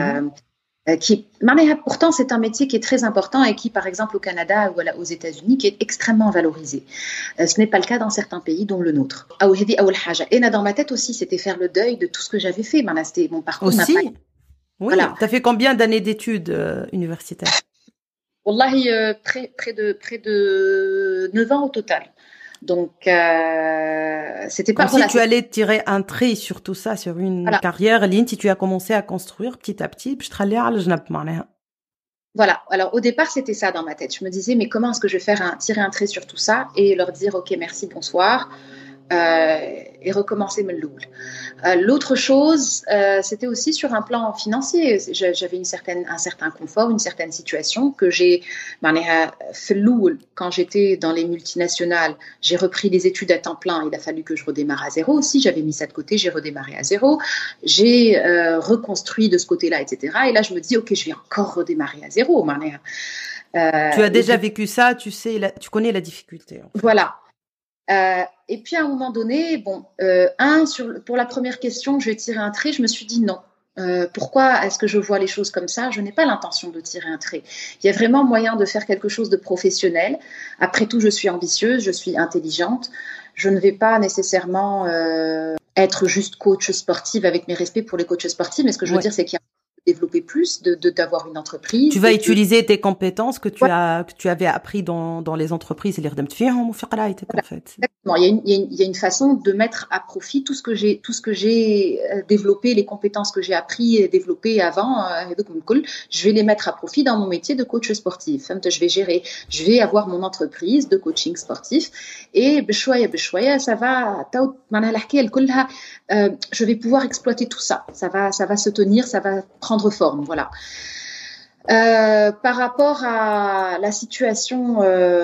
Pourtant, c'est un métier qui est très important et qui, par exemple, au Canada ou aux États-Unis, qui est extrêmement valorisé. Ce n'est pas le cas dans certains pays, dont le nôtre. Et dans ma tête aussi, c'était faire le deuil de tout ce que j'avais fait. C'était mon parcours. Aussi. Oui. Voilà. T'as fait combien d'années d'études universitaires? Wallahi, près de 9 ans au total. Donc, c'était pas... Comme si tu allais tirer un trait sur tout ça, sur une carrière, si tu as commencé à construire petit à petit, puis voilà. Alors, au départ, c'était ça dans ma tête. Je me disais, mais comment est-ce que je vais tirer un trait sur tout ça et leur dire, OK, merci, bonsoir. Et recommencer Meloul. L'autre chose, c'était aussi sur un plan financier. J'avais un certain confort, une certaine situation que j'ai fait quand j'étais dans les multinationales. J'ai repris les études à temps plein. Il a fallu que je redémarre à zéro aussi. J'avais mis ça de côté, j'ai redémarré à zéro. J'ai reconstruit de ce côté-là, etc. Et là, je me dis, OK, je vais encore redémarrer à zéro. Tu as déjà vécu ça, tu sais, tu connais la difficulté. En fait. Voilà. Et puis à un moment donné, pour la première question, je vais tirer un trait. Je me suis dit non. Pourquoi est-ce que je vois les choses comme ça? Je n'ai pas l'intention de tirer un trait. Il y a vraiment moyen de faire quelque chose de professionnel. Après tout, je suis ambitieuse, je suis intelligente. Je ne vais pas nécessairement être juste coach sportive avec mes respects pour les coachs sportifs. Mais ce que je veux dire, c'est qu'il y a développer plus, d'avoir une entreprise. Tu vas utiliser tes compétences que tu avais appris dans les entreprises et les en fait. Exactement. Il y a une façon de mettre à profit tout ce que j'ai développé, les compétences que j'ai appris et développées avant. Je vais les mettre à profit dans mon métier de coach sportif. Je vais avoir mon entreprise de coaching sportif et b'chouaya, ça va. Je vais pouvoir exploiter tout ça. Ça va se tenir, ça va prendre forme, voilà. Par rapport à la situation,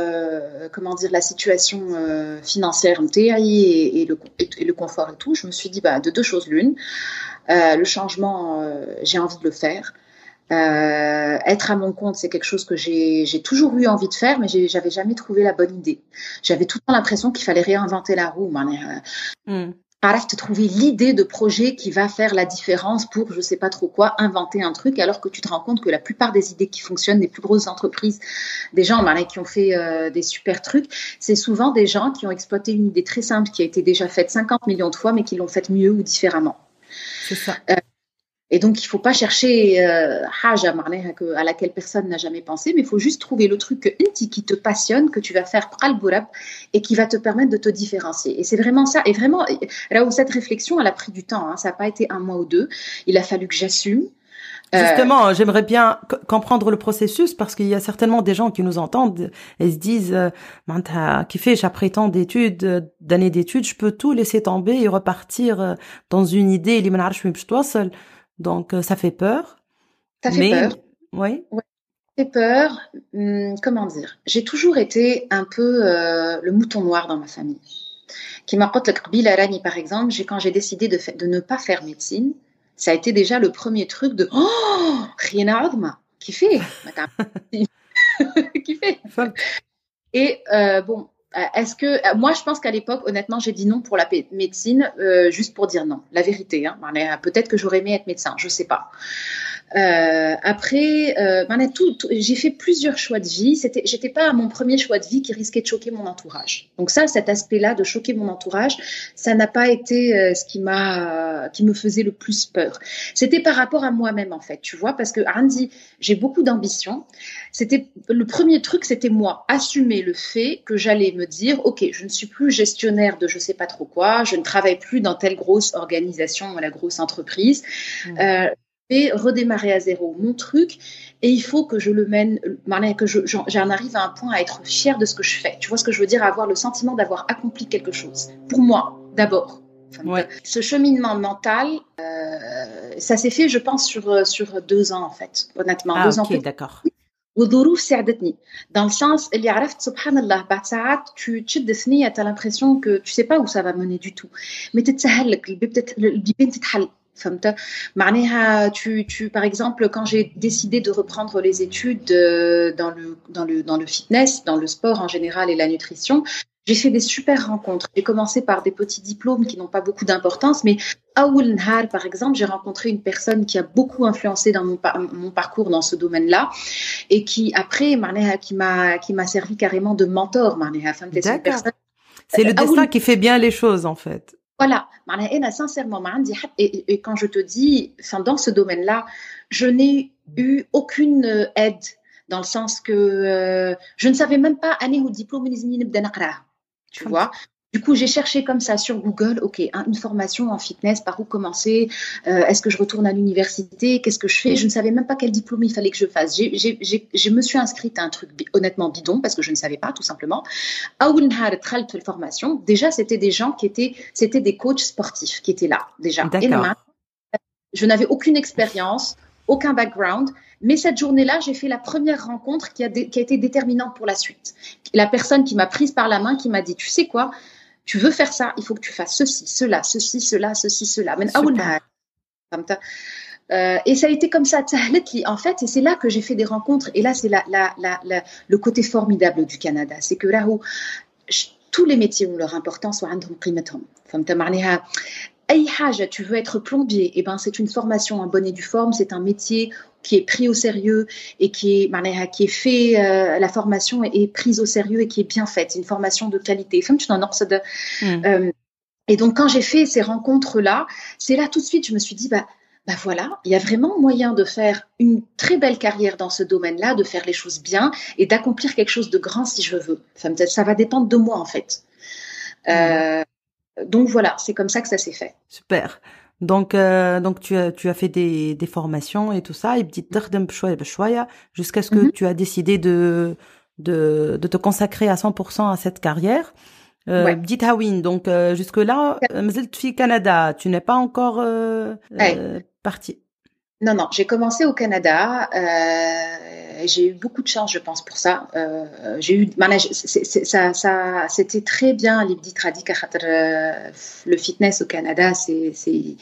financière et le confort et tout, je me suis dit de deux choses l'une. Le changement, j'ai envie de le faire. Être à mon compte, c'est quelque chose que j'ai toujours eu envie de faire, mais j'avais jamais trouvé la bonne idée. J'avais tout le temps l'impression qu'il fallait réinventer la roue. Te trouver l'idée de projet qui va faire la différence pour je sais pas trop quoi, inventer un truc, alors que tu te rends compte que la plupart des idées qui fonctionnent, des plus grosses entreprises, des gens qui ont fait des super trucs, c'est souvent des gens qui ont exploité une idée très simple qui a été déjà faite 50 millions de fois, mais qui l'ont faite mieux ou différemment. C'est ça. Et donc, il ne faut pas chercher haja à laquelle personne n'a jamais pensé, mais il faut juste trouver le truc qui te passionne, que tu vas faire et qui va te permettre de te différencier. Et c'est vraiment ça. Et vraiment, là où cette réflexion, elle a pris du temps. Ça n'a pas été un mois ou deux. Il a fallu que j'assume. Justement, j'aimerais bien comprendre le processus parce qu'il y a certainement des gens qui nous entendent et se disent qui fait après tant d'années d'études, je peux tout laisser tomber et repartir dans une idée seul. Donc ça fait peur. Ça fait peur. Oui. Ouais. Ça fait peur. Comment dire? J'ai toujours été un peu le mouton noir dans ma famille. Qui m'a Rani, par exemple, quand j'ai décidé de ne pas faire médecine, ça a été déjà le premier truc de rien à Adma, qui fait qui fait. Et est-ce que moi je pense qu'à l'époque honnêtement j'ai dit non pour la médecine juste pour dire non, la vérité. Peut-être que j'aurais aimé être médecin, je sais pas. Après, j'ai fait plusieurs choix de vie. J'étais pas à mon premier choix de vie qui risquait de choquer mon entourage. Donc ça, cet aspect-là de choquer mon entourage, ça n'a pas été ce qui me faisait le plus peur. C'était par rapport à moi-même en fait, tu vois, parce que Andy, j'ai beaucoup d'ambition. C'était le premier truc, c'était moi assumer le fait que j'allais me dire, ok, je ne suis plus gestionnaire de je sais pas trop quoi, je ne travaille plus dans telle grosse organisation ou la grosse entreprise. Et redémarrer à zéro mon truc et il faut que je le mène, que j'en arrive à un point à être fière de ce que je fais. Tu vois ce que je veux dire, à avoir le sentiment d'avoir accompli quelque chose. Pour moi, d'abord. Ce cheminement mental, ça s'est fait, je pense, sur 2 ans en fait, honnêtement. 2 ans. Ok, d'accord. والظروف ساعدتني dans le sens اللي عرفت سبحان الله بعد ساعات تشد ثنية t'as l'impression que tu sais pas où ça va mener du tout mais تتسهل لك البيبان تتحل فهمت معناها par exemple quand j'ai décidé de reprendre les études dans le fitness, dans le sport en général et la nutrition, j'ai fait des super rencontres. J'ai commencé par des petits diplômes qui n'ont pas beaucoup d'importance, mais Aoul Nhar, par exemple, j'ai rencontré une personne qui a beaucoup influencé dans mon parcours dans ce domaine-là et qui, après, qui m'a servi carrément de mentor. D'accord. C'est le destin qui fait bien les choses, en fait. Voilà. Sincèrement, et quand je te dis, dans ce domaine-là, je n'ai eu aucune aide, dans le sens que je ne savais même pas aller au diplôme. tu vois. Du coup, j'ai cherché comme ça sur Google, ok, une formation en fitness, par où commencer? Est-ce que je retourne à l'université? Qu'est-ce que je fais? Je ne savais même pas quel diplôme il fallait que je fasse. Je me suis inscrite à un truc honnêtement bidon parce que je ne savais pas, tout simplement. أول نهار دخلت في formation, déjà, c'était des gens c'était des coachs sportifs qui étaient là, déjà. D'accord. Je n'avais aucune expérience, aucun background, mais cette journée-là, j'ai fait la première rencontre qui a été déterminante pour la suite. La personne qui m'a prise par la main, qui m'a dit, tu sais quoi? Tu veux faire ça, il faut que tu fasses ceci, cela, ceci, cela, ceci, cela. Et ça a été comme ça, en fait, et c'est là que j'ai fait des rencontres. Et là, c'est le côté formidable du Canada. C'est que là où tous les métiers ont leur importance, tu veux être plombier, et ben c'est une formation en bonne et due forme, c'est un métier qui est pris au sérieux et qui est fait, la formation est prise au sérieux et qui est bien faite, c'est une formation de qualité. Et donc quand j'ai fait ces rencontres-là, c'est là tout de suite je me suis dit, bah voilà, il y a vraiment moyen de faire une très belle carrière dans ce domaine-là, de faire les choses bien et d'accomplir quelque chose de grand si je veux. Ça va dépendre de moi en fait. Donc voilà, c'est comme ça que ça s'est fait. Super. Donc tu as fait des formations et tout ça, et petit jusqu'à ce que tu as décidé de te consacrer à 100% à cette carrière. Bdit Hawin, donc jusque-là, mazelt fi Canada, tu n'es pas encore partie. Non, j'ai commencé au Canada. J'ai eu beaucoup de chance, je pense, pour ça. J'ai eu, c'était très bien. Le fitness au Canada, c'est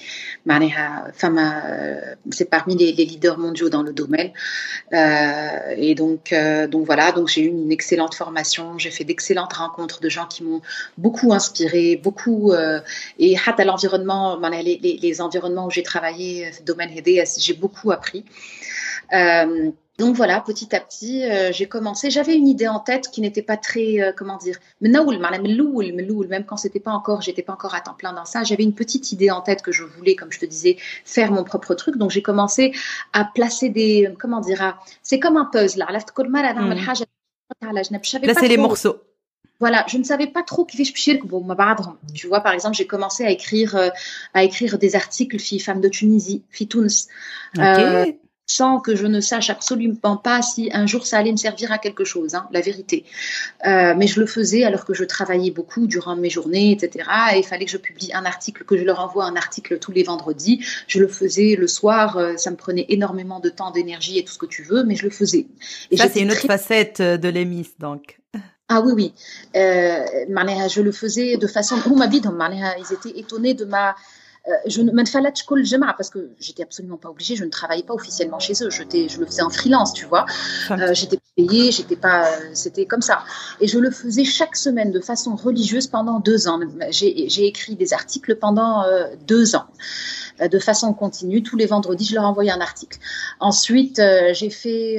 parmi les leaders mondiaux dans le domaine. Et donc voilà. Donc j'ai eu une excellente formation. J'ai fait d'excellentes rencontres de gens qui m'ont beaucoup inspiré, et à l'environnement, les environnements où j'ai travaillé, domaine aidé, j'ai beaucoup appris. Donc voilà, petit à petit, j'ai commencé. J'avais une idée en tête qui n'était pas très, comment dire, même quand j'étais pas encore à temps plein dans ça. J'avais une petite idée en tête que je voulais, comme je te disais, faire mon propre truc. Donc j'ai commencé à placer c'est comme un puzzle. Placer les morceaux. Voilà, je ne savais pas trop qui tu vois, par exemple, j'ai commencé à écrire des articles femmes de Tunisie, Tunis, sans que je ne sache absolument pas si un jour ça allait me servir à quelque chose, la vérité. Mais je le faisais alors que je travaillais beaucoup durant mes journées, etc. Et il fallait que je publie un article, que je leur envoie un article tous les vendredis. Je le faisais le soir, ça me prenait énormément de temps, d'énergie et tout ce que tu veux, mais je le faisais. Et ça, c'est une autre facette de l'EMIS, donc. Ah oui. Je le faisais de façon... Ils étaient étonnés de ma... Je ne fallait pas le jama parce que j'étais absolument pas obligée, je ne travaillais pas officiellement chez eux, je le faisais en freelance, tu vois. J'étais payée, c'était comme ça. Et je le faisais chaque semaine de façon religieuse pendant 2 ans. J'ai écrit des articles pendant 2 ans. De façon continue, tous les vendredis, je leur envoyais un article. Ensuite, j'ai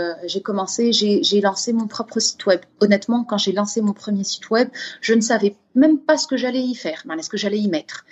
lancé mon propre site web. Honnêtement, quand j'ai lancé mon premier site web, je ne savais même pas ce que j'allais y faire, ce que j'allais y mettre.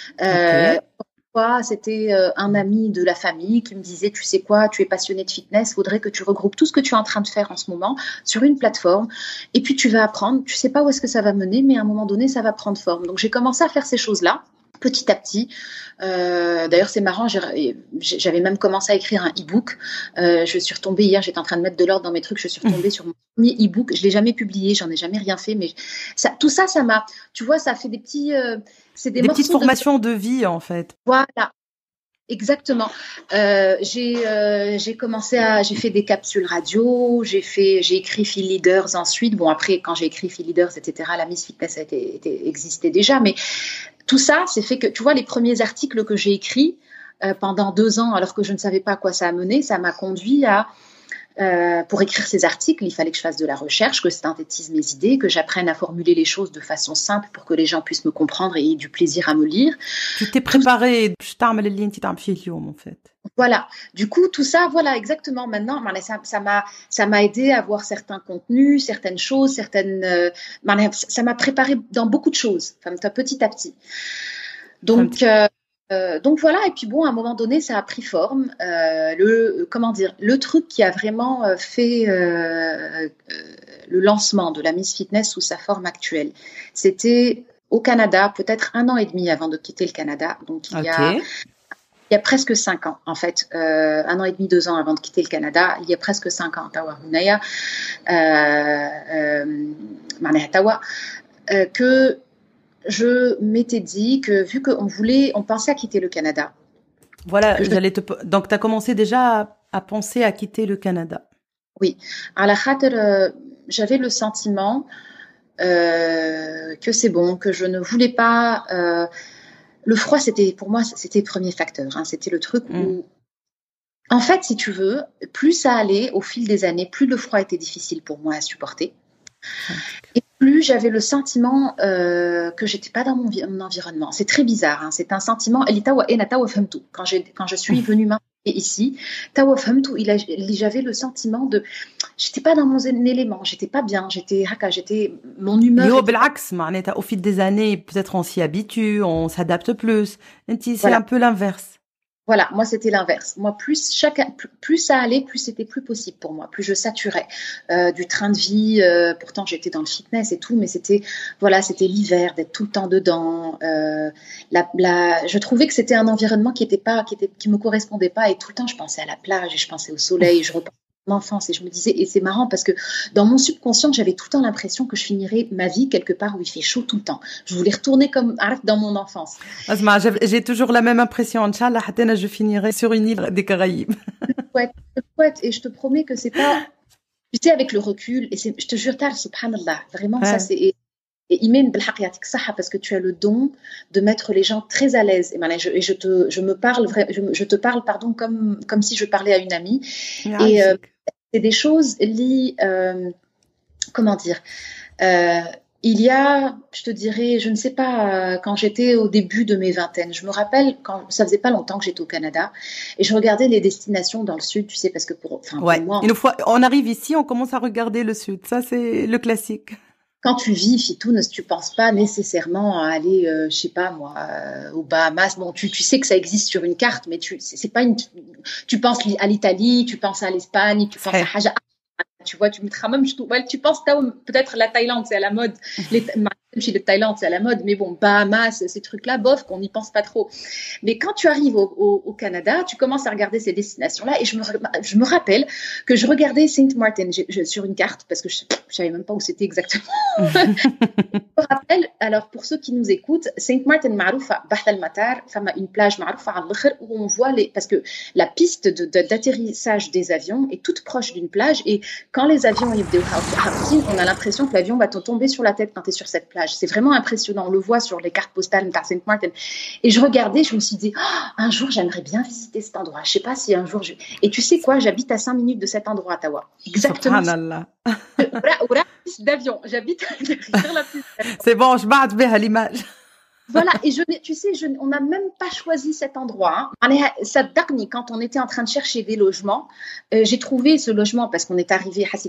C'était un ami de la famille qui me disait, tu sais quoi, tu es passionné de fitness, faudrait que tu regroupes tout ce que tu es en train de faire en ce moment sur une plateforme et puis tu vas apprendre, tu sais pas où est-ce que ça va mener, mais à un moment donné, ça va prendre forme. Donc, j'ai commencé à faire ces choses-là. Petit à petit. D'ailleurs, c'est marrant, j'avais même commencé à écrire un e-book. Je suis retombée hier, j'étais en train de mettre de l'ordre dans mes trucs, je suis retombée sur mon premier e-book. Je l'ai jamais publié, j'en ai jamais rien fait, mais tout ça m'a, tu vois, ça fait des petits... c'est des petites formations de vie, en fait. Voilà. Exactement. J'ai fait des capsules radio, j'ai écrit Feel Leaders ensuite. Bon, après, quand j'ai écrit Feel Leaders, etc., la Miss Fitness existait déjà, mais tout ça, c'est fait que, tu vois, les premiers articles que j'ai écrits pendant 2 ans, alors que je ne savais pas à quoi ça a mené, ça m'a conduit à... pour écrire ces articles, il fallait que je fasse de la recherche, que je synthétise mes idées, que j'apprenne à formuler les choses de façon simple pour que les gens puissent me comprendre et aient du plaisir à me lire. Tu t'es préparé, en fait. Voilà. Du coup, tout ça, voilà, exactement. Maintenant, ça m'a aidé à voir certains contenus, certaines choses, ça m'a préparé dans beaucoup de choses, petit à petit. Donc voilà, et puis bon, à un moment donné, ça a pris forme. Le truc qui a vraiment fait le lancement de la Miss Fitness sous sa forme actuelle. C'était au Canada, peut-être 1 an et demi avant de quitter le Canada. Donc, il y a presque 5 ans, en fait. 1 an et demi, 2 ans avant de quitter le Canada. Il y a presque 5 ans, Tawa Hunaya, que je m'étais dit que vu on pensait à quitter le Canada. Voilà, donc tu as commencé déjà à penser à quitter le Canada. Oui. À la khater, j'avais le sentiment que c'est bon, que je ne voulais pas. Le froid, pour moi, c'était le premier facteur. Hein. C'était le truc où, en fait, si tu veux, plus ça allait au fil des années, plus le froid était difficile pour moi à supporter. Et plus j'avais le sentiment que j'étais pas dans mon environnement. C'est très bizarre. Hein. C'est un sentiment. Quand je suis venue ici, j'avais le sentiment de, j'étais pas dans mon élément, j'étais pas bien, mon humeur. Au fil des années, peut-être on s'y habitue, on s'adapte plus. C'est un peu l'inverse. Voilà, moi c'était l'inverse. Moi, plus ça allait, plus c'était plus possible pour moi, plus je saturais du train de vie. Pourtant, j'étais dans le fitness et tout, mais c'était l'hiver, d'être tout le temps dedans. Je trouvais que c'était un environnement qui me correspondait pas, et tout le temps je pensais à la plage et je pensais au soleil. Je repensais à mon enfance et je me disais, et c'est marrant parce que dans mon subconscient, j'avais tout le temps l'impression que je finirais ma vie quelque part où il fait chaud tout le temps. Je voulais retourner comme dans mon enfance. J'ai toujours la même impression. Inch'Allah, je finirai sur une île des Caraïbes. Et je te promets que c'est pas, tu sais, avec le recul, et je te jure, subhanallah, vraiment, ça c'est, et Imen Belhaqiatik Saha, parce que tu as le don de mettre les gens très à l'aise. Et je te parle, pardon, comme si je parlais à une amie. Et c'est des choses liées, comment dire, il y a, je te dirais, je ne sais pas, quand j'étais au début de mes vingtaines, je me rappelle, ça faisait pas longtemps que j'étais au Canada, et je regardais les destinations dans le sud, tu sais, parce que pour moi... Une fois, on arrive ici, on commence à regarder le sud. Ça, c'est le classique. Quand tu vis, Fitoun, tu penses pas nécessairement à aller, je sais pas moi, aux Bahamas. Bon, tu sais que ça existe sur une carte, mais c'est pas tu penses à l'Italie, tu penses à l'Espagne, tu penses à Haja. Tu vois, tu penses peut-être la Thaïlande, c'est à la mode. De Thaïlande, c'est à la mode, mais bon, Bahamas, ces trucs-là, bof, qu'on n'y pense pas trop. Mais quand tu arrives au Canada, tu commences à regarder ces destinations-là, et je me rappelle que je regardais Saint Martin sur une carte, parce que je savais même pas où c'était exactement. Je me rappelle, alors pour ceux qui nous écoutent, Saint Martin Maroufa, Baht al-Matar, une plage Maroufa al-Lakhr, où on voit parce que la piste d'atterrissage des avions est toute proche d'une plage, et quand les avions on a l'impression que l'avion va te tomber sur la tête quand tu es sur cette plage. C'est vraiment impressionnant. On le voit sur les cartes postales de Saint Martin. Et je regardais, je me suis dit, un jour, j'aimerais bien visiter cet endroit. Je sais pas si un jour Et tu sais quoi, j'habite à 5 minutes de cet endroit, Tawa. Exactement. Subhanallah. D'avion. J'habite derrière la piste. C'est bon, je bats à l'image. Voilà, et tu sais, on n'a même pas choisi cet endroit. Ça dernier, quand on était en train de chercher des logements, j'ai trouvé ce logement parce qu'on est arrivé à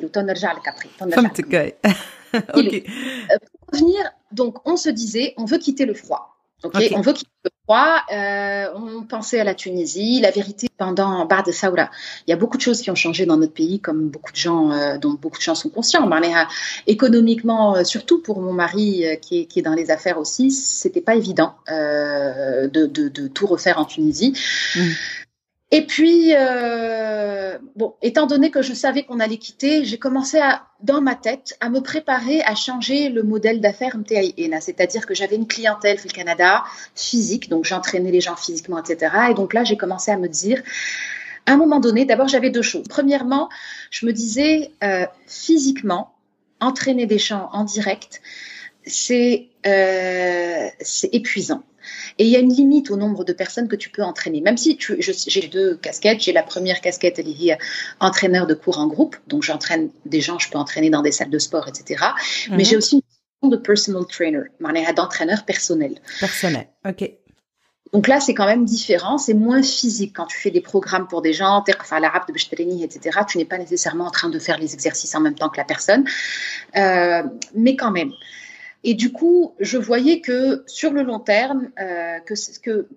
Ok. Pour revenir, donc on se disait, on veut quitter le froid. Okay. On veut quitter le froid. On pensait à la Tunisie. La vérité, pendant Ba'd Thawra, il y a beaucoup de choses qui ont changé dans notre pays, comme beaucoup de gens, dont beaucoup de gens sont conscients. Économiquement, surtout pour mon mari qui est dans les affaires aussi, c'était pas évident de tout refaire en Tunisie. Et puis, étant donné que je savais qu'on allait quitter, j'ai commencé dans ma tête, à me préparer à changer le modèle d'affaires MTIENA. C'est-à-dire que j'avais une clientèle au Canada physique, donc j'entraînais les gens physiquement, etc. Et donc là, j'ai commencé à me dire, à un moment donné, d'abord, j'avais 2 choses. Premièrement, je me disais, physiquement, entraîner des gens en direct, c'est épuisant. Et il y a une limite au nombre de personnes que tu peux entraîner. Même si j'ai 2 casquettes. J'ai la première casquette, elle est entraîneur de cours en groupe. Donc, j'entraîne des gens, je peux entraîner dans des salles de sport, etc. Mais j'ai aussi une fonction de personal trainer, d'entraîneur personnel. Personnel, ok. Donc là, c'est quand même différent. C'est moins physique quand tu fais des programmes pour des gens, etc. Tu n'es pas nécessairement en train de faire les exercices en même temps que la personne. Mais quand même. Et du coup, je voyais que sur le long terme, que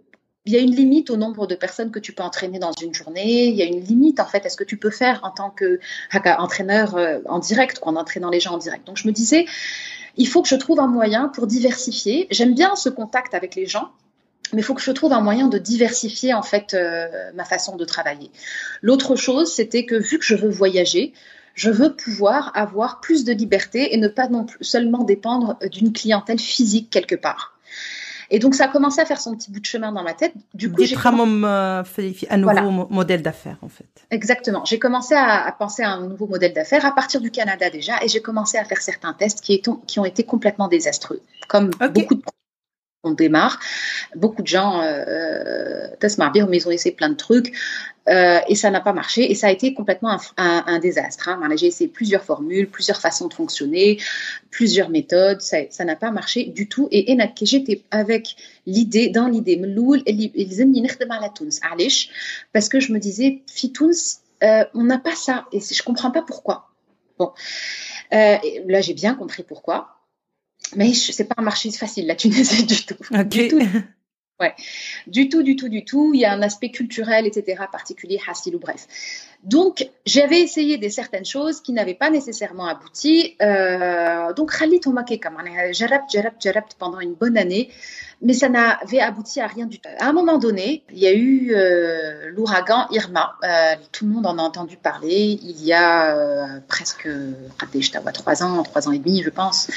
il y a une limite au nombre de personnes que tu peux entraîner dans une journée. Il y a une limite, en fait, à ce que tu peux faire en tant qu'entraîneur en direct, en entraînant les gens en direct. Donc, je me disais, il faut que je trouve un moyen pour diversifier. J'aime bien ce contact avec les gens, mais il faut que je trouve un moyen de diversifier, en fait, ma façon de travailler. L'autre chose, c'était que vu que je veux voyager, je veux pouvoir avoir plus de liberté et ne pas non plus seulement dépendre d'une clientèle physique quelque part. Et donc, ça a commencé à faire son petit bout de chemin dans ma tête. Du coup, j'ai commencé un nouveau modèle d'affaires, en fait. Exactement. J'ai commencé à penser à un nouveau modèle d'affaires à partir du Canada déjà, et j'ai commencé à faire certains tests qui ont été complètement désastreux. Comme beaucoup de on démarre, beaucoup de gens mais ils ont essayé plein de trucs et ça n'a pas marché et ça a été complètement un désastre. J'ai essayé plusieurs formules, plusieurs façons de fonctionner, plusieurs méthodes, ça n'a pas marché du tout. Et j'étais avec l'idée, parce que je me disais, Fitouns, on n'a pas ça et je comprends pas pourquoi. Bon, là j'ai bien compris pourquoi. Mais c'est pas un marché facile, la Tunisie, du tout. Okay. Du tout. Ouais. Du tout. Il y a un aspect culturel, etc., particulier, hassil ou bref. Donc, j'avais essayé certaines choses qui n'avaient pas nécessairement abouti. Donc, Khalit Omakeka, j'arrête pendant une bonne année, mais ça n'avait abouti à rien du tout. À un moment donné, il y a eu l'ouragan Irma. Tout le monde en a entendu parler. Il y a presque 3 ans et demi, je pense.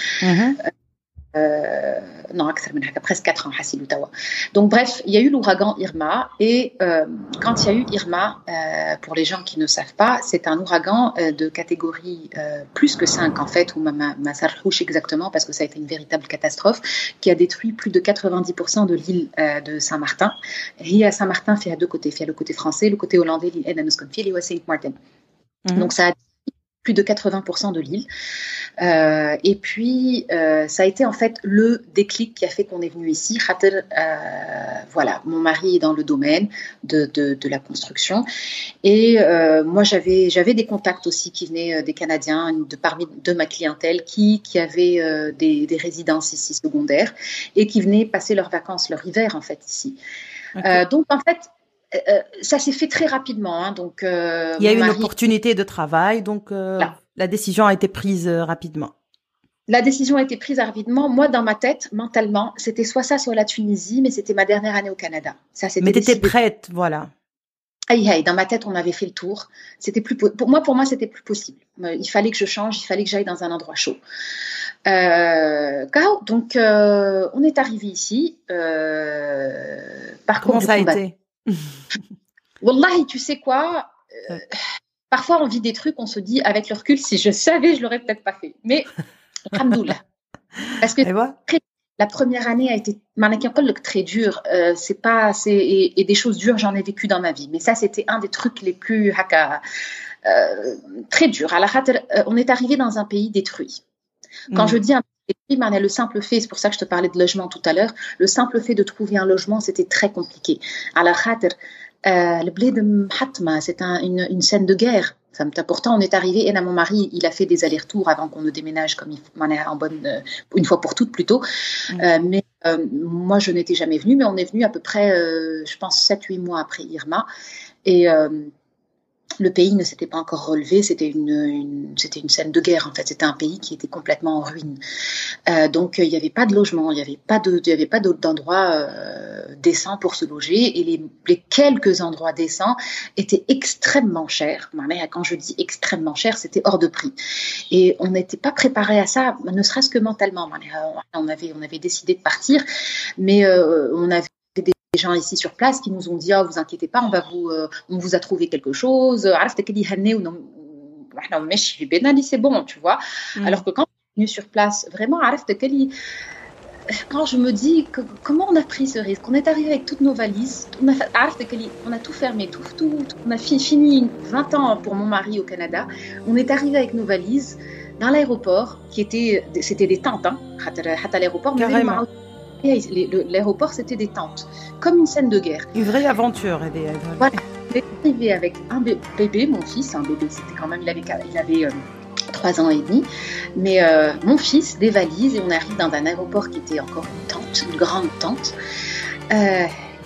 Non, presque 4 ans, Hassil Outawa. Donc, bref, il y a eu l'ouragan Irma. Et quand il y a eu Irma, pour les gens qui ne savent pas, c'est un ouragan de catégorie plus que 5, en fait, ou ma Sarhouch exactement, parce que ça a été une véritable catastrophe, qui a détruit plus de 90% de l'île de Saint-Martin. Et à Saint-Martin, il y a 2 côtés. Il y a le côté français, le côté hollandais, l'île Edensconfil et Saint Martin. Donc, ça a plus de 80% de l'île. Et puis, ça a été en fait le déclic qui a fait qu'on est venu ici. Voilà, mon mari est dans le domaine de la construction. Et moi, j'avais des contacts aussi qui venaient des Canadiens, de ma clientèle, qui avaient des résidences ici secondaires et qui venaient passer leurs vacances, leur hiver en fait ici. Okay. Donc, en fait, ça s'est fait très rapidement. Donc, il y a eu une opportunité de travail, donc la décision a été prise rapidement. La décision a été prise rapidement. Moi, dans ma tête, mentalement, c'était soit ça, soit la Tunisie, mais c'était ma dernière année au Canada. Ça, mais tu étais prête, voilà. Dans ma tête, on avait fait le tour. C'était pour moi, c'était plus possible. Il fallait que je change, il fallait que j'aille dans un endroit chaud. Donc, on est arrivé ici. Comment ça a été? Wallahi, tu sais quoi, parfois on vit des trucs, on se dit avec le recul, si je savais, je l'aurais peut-être pas fait. Mais alhamdoulilah. Parce que la première année a été très dure. Et des choses dures, j'en ai vécu dans ma vie. Mais ça, c'était un des trucs les plus très durs. On est arrivé dans un pays détruit. Quand je dis un pays détruit, le simple fait, c'est pour ça que je te parlais de logement tout à l'heure, le simple fait de trouver un logement, c'était très compliqué. Le bled Mhatma, c'est une scène de guerre. Pourtant, on est arrivé, et là, mon mari, il a fait des allers-retours avant qu'on ne déménage comme une fois pour toutes plutôt. Mais moi, je n'étais jamais venue, mais on est venu à peu près, je pense, 7-8 mois après Irma. Et le pays ne s'était pas encore relevé, c'était une scène de guerre en fait, c'était un pays qui était complètement en ruine. Donc il n'y avait pas de logement, il n'y avait pas d'endroit décent pour se loger et les quelques endroits décents étaient extrêmement chers. Quand je dis extrêmement cher, c'était hors de prix. Et on n'était pas préparé à ça, ne serait-ce que mentalement. On avait décidé de partir, mais on avait des gens ici sur place qui nous ont dit vous inquiétez pas, on vous a trouvé quelque chose, c'est bon, tu vois. Alors que quand on est venu sur place, vraiment, quand je me dis comment on a pris ce risque, on est arrivé avec toutes nos valises, on a tout fermé, on a fini 20 ans pour mon mari au Canada, on est arrivé avec nos valises dans l'aéroport, c'était des tentes, à l'aéroport, carrément. L'aéroport, c'était des tentes, comme une scène de guerre. Une vraie aventure. Voilà. On est arrivé avec un bébé, mon fils, un bébé, c'était quand même, il avait 3 ans et demi, mais mon fils, des valises, et on arrive dans un aéroport qui était encore une tente, une grande tente.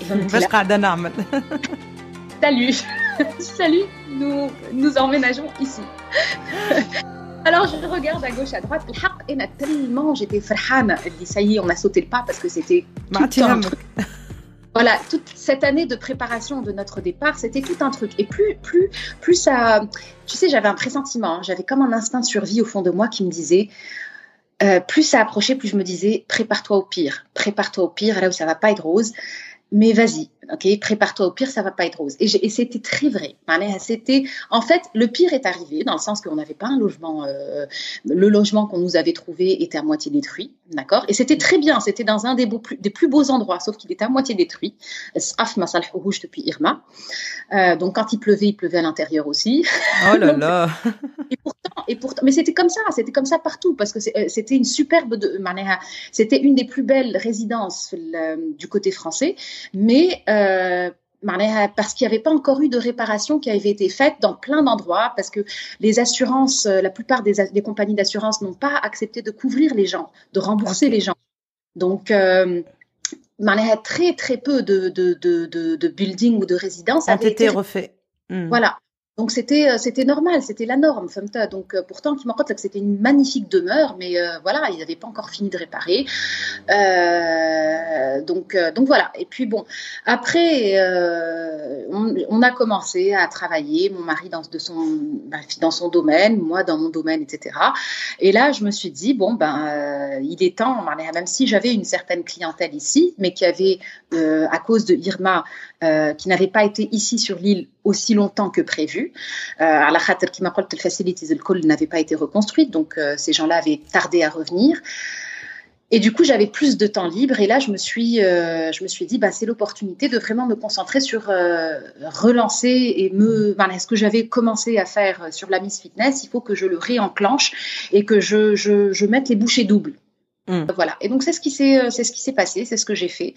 باش قاعدة نعمل. Salut, salut, nous emménageons ici. Alors je regarde à gauche, à droite, et tellement j'étais فرحانة, ça y est, on a sauté le pas parce que c'était tout un truc. Voilà, toute cette année de préparation de notre départ, c'était tout un truc. Et plus ça, tu sais, j'avais un pressentiment, hein, j'avais comme un instinct de survie au fond de moi qui me disait, plus ça approchait, plus je me disais, prépare-toi au pire, là où ça va pas être rose. Mais vas-y, ok, prépare-toi au pire, ça va pas être rose. Et c'était très vrai. C'était, en fait, le pire est arrivé dans le sens qu'on n'avait pas un logement. Le logement qu'on nous avait trouvé était à moitié détruit, d'accord. Et c'était très bien. C'était dans un des plus beaux endroits, sauf qu'il était à moitié détruit. Rouge depuis Irma. Donc quand il pleuvait à l'intérieur aussi. Oh là là. Et pourtant, mais c'était comme ça partout parce que c'était une superbe, c'était une des plus belles résidences du côté français, mais parce qu'il n'y avait pas encore eu de réparation qui avait été faite dans plein d'endroits, parce que les assurances, la plupart des compagnies d'assurance n'ont pas accepté de couvrir les gens, de rembourser les gens. Donc très très peu de buildings ou de résidences ont été refaits. Voilà. Donc c'était normal, c'était la norme, فهمت. Donc pourtant qui m'en que c'était une magnifique demeure, mais voilà, ils n'avaient pas encore fini de réparer. Donc voilà. Et puis bon, après on a commencé à travailler, mon mari dans son domaine, moi dans mon domaine, etc. Et là je me suis dit bon il est temps, même si j'avais une certaine clientèle ici, mais qui avait à cause de Irma qui n'avait pas été ici sur l'île aussi longtemps que prévu. À la khater qui m'a dit que les facilities n'avaient pas été reconstruites, donc ces gens-là avaient tardé à revenir. Et du coup, j'avais plus de temps libre. Et là, je me suis dit, c'est l'opportunité de vraiment me concentrer sur relancer et ce que j'avais commencé à faire sur la Miss Fitness. Il faut que je le réenclenche et que je mette les bouchées doubles. Voilà. Et donc c'est ce qui s'est passé, c'est ce que j'ai fait.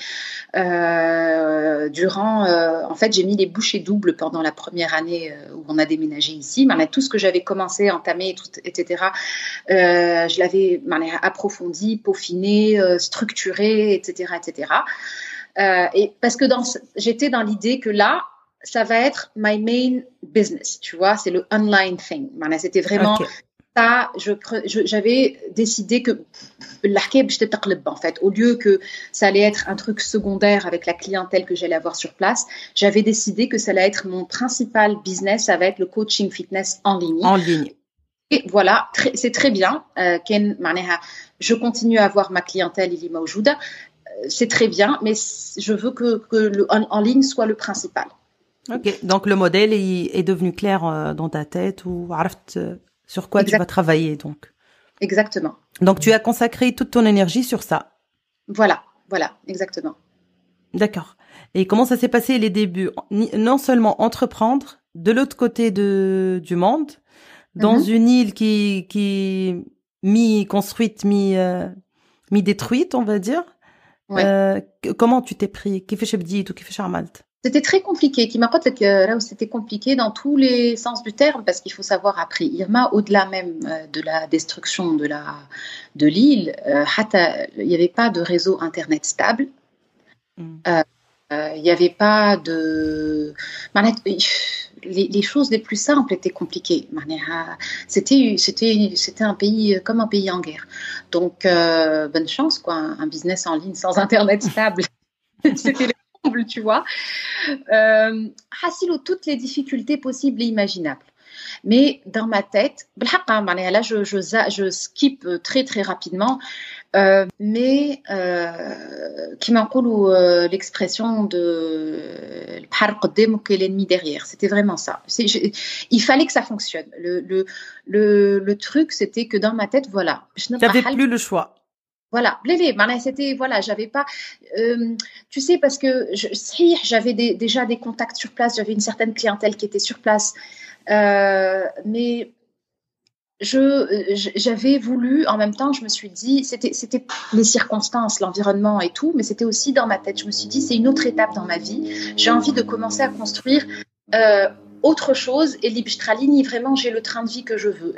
En fait, j'ai mis les bouchées doubles pendant la première année où on a déménagé ici. Tout ce que j'avais commencé, entamé, etc. Je l'avais approfondi, peaufiné, structuré, etc., etc. Et parce que j'étais dans l'idée que là, ça va être my main business, tu vois, c'est le online thing. C'était vraiment. Okay. Ça, j'avais décidé que en fait, au lieu que ça allait être un truc secondaire avec la clientèle que j'allais avoir sur place, j'avais décidé que ça allait être mon principal business, ça va être le coaching fitness en ligne. En ligne. Et voilà, c'est très bien. Je continue à avoir ma clientèle, il est mawjouda. C'est très bien, mais je veux que le en ligne soit le principal. Ok, donc le modèle est devenu clair dans ta tête ou sur quoi tu vas travailler, donc. Exactement. Donc, tu as consacré toute ton énergie sur ça. Voilà, exactement. D'accord. Et comment ça s'est passé les débuts? Non seulement entreprendre de l'autre côté du monde, dans une île qui mi-construite, mi-détruite, on va dire. Ouais. Comment tu t'es pris? Kifesh bdit ou kifesh amalt? C'était très compliqué. Qui m'a dit que là où c'était compliqué dans tous les sens du terme, parce qu'il faut savoir après Irma, au-delà même de la destruction de l'île, il n'y avait pas de réseau internet stable. Il n'y avait pas de. Les choses les plus simples étaient compliquées. C'était un pays comme un pays en guerre. Donc bonne chance quoi, un business en ligne sans internet stable. C'était tu vois, toutes les difficultés possibles et imaginables. Mais dans ma tête, là je skip très très rapidement, mais qui m'encoule l'expression de l'ennemi derrière. C'était vraiment ça. Il fallait que ça fonctionne. Le truc, c'était que dans ma tête, voilà. Tu n'avais plus le choix. Voilà, c'était j'avais pas, tu sais, parce que j'avais déjà des contacts sur place, j'avais une certaine clientèle qui était sur place, mais j'avais voulu, en même temps, je me suis dit, c'était les circonstances, l'environnement et tout, mais c'était aussi dans ma tête. Je me suis dit, c'est une autre étape dans ma vie. J'ai envie de commencer à construire autre chose et vraiment j'ai le train de vie que je veux.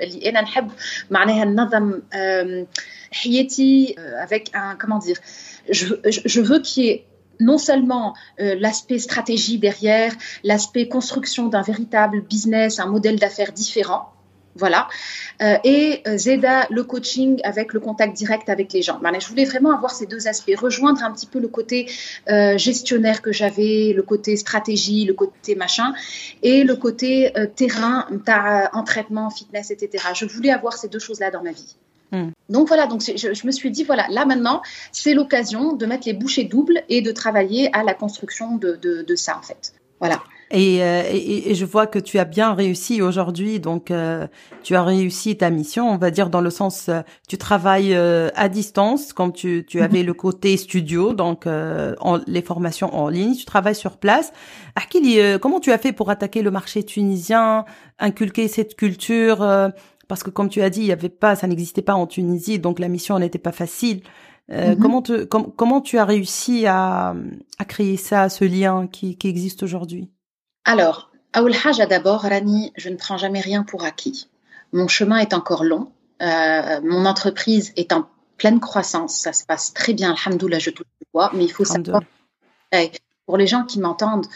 Avec un, comment dire, je veux qu'il y ait non seulement l'aspect stratégie derrière, l'aspect construction d'un véritable business, un modèle d'affaires différent, voilà, et Zeda, le coaching avec le contact direct avec les gens. Je voulais vraiment avoir ces deux aspects, rejoindre un petit peu le côté gestionnaire que j'avais, le côté stratégie, le côté machin, et le côté terrain, entraînement, fitness, etc. Je voulais avoir ces deux choses-là dans ma vie. Donc voilà, donc je me suis dit, voilà, là maintenant, c'est l'occasion de mettre les bouchées doubles et de travailler à la construction de ça, en fait. Voilà. Et je vois que tu as bien réussi aujourd'hui, donc tu as réussi ta mission, on va dire dans le sens, tu travailles à distance, comme tu avais le côté studio, donc les formations en ligne, tu travailles sur place. Ahkili, comment tu as fait pour attaquer le marché tunisien, inculquer cette culture parce que comme tu as dit, ça n'existait pas en Tunisie, donc la mission n'était pas facile. Comment tu as réussi à créer ça, ce lien qui existe aujourd'hui? Alors, Aoul Haja d'abord, Rani, je ne prends jamais rien pour acquis. Mon chemin est encore long. Mon entreprise est en pleine croissance. Ça se passe très bien, alhamdoulilah, je touche du bois. Mais il faut savoir, pour les gens qui m'entendent,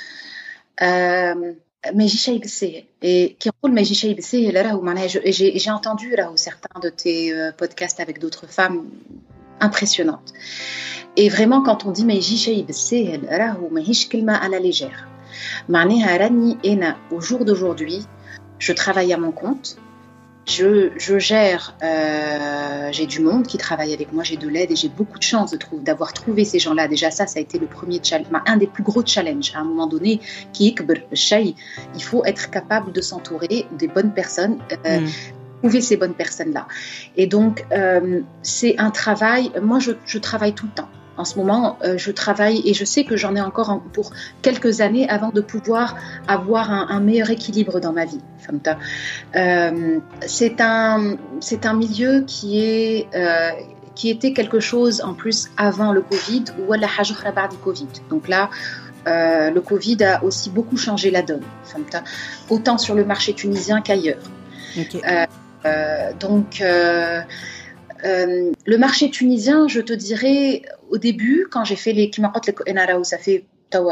mais j'ai entendu là certains de tes podcasts avec d'autres femmes impressionnantes. Et vraiment, quand on dit mais à la légère. Au jour d'aujourd'hui, je travaille à mon compte. Je gère, j'ai du monde qui travaille avec moi, j'ai de l'aide et j'ai beaucoup de chance d'avoir trouvé ces gens-là. Déjà, ça a été le premier challenge, un des plus gros challenges. À un moment donné, il faut être capable de s'entourer des bonnes personnes, trouver ces bonnes personnes-là. Et donc, c'est un travail. Moi, je travaille tout le temps. En ce moment, je travaille et je sais que j'en ai encore pour quelques années avant de pouvoir avoir un meilleur équilibre dans ma vie. C'est un milieu qui était quelque chose en plus avant le Covid ou à la du Covid. Donc là, le Covid a aussi beaucoup changé la donne, autant sur le marché tunisien qu'ailleurs. Okay. Le marché tunisien, je te dirais, au début, quand j'ai fait les Kimarot, les Enara, où ça fait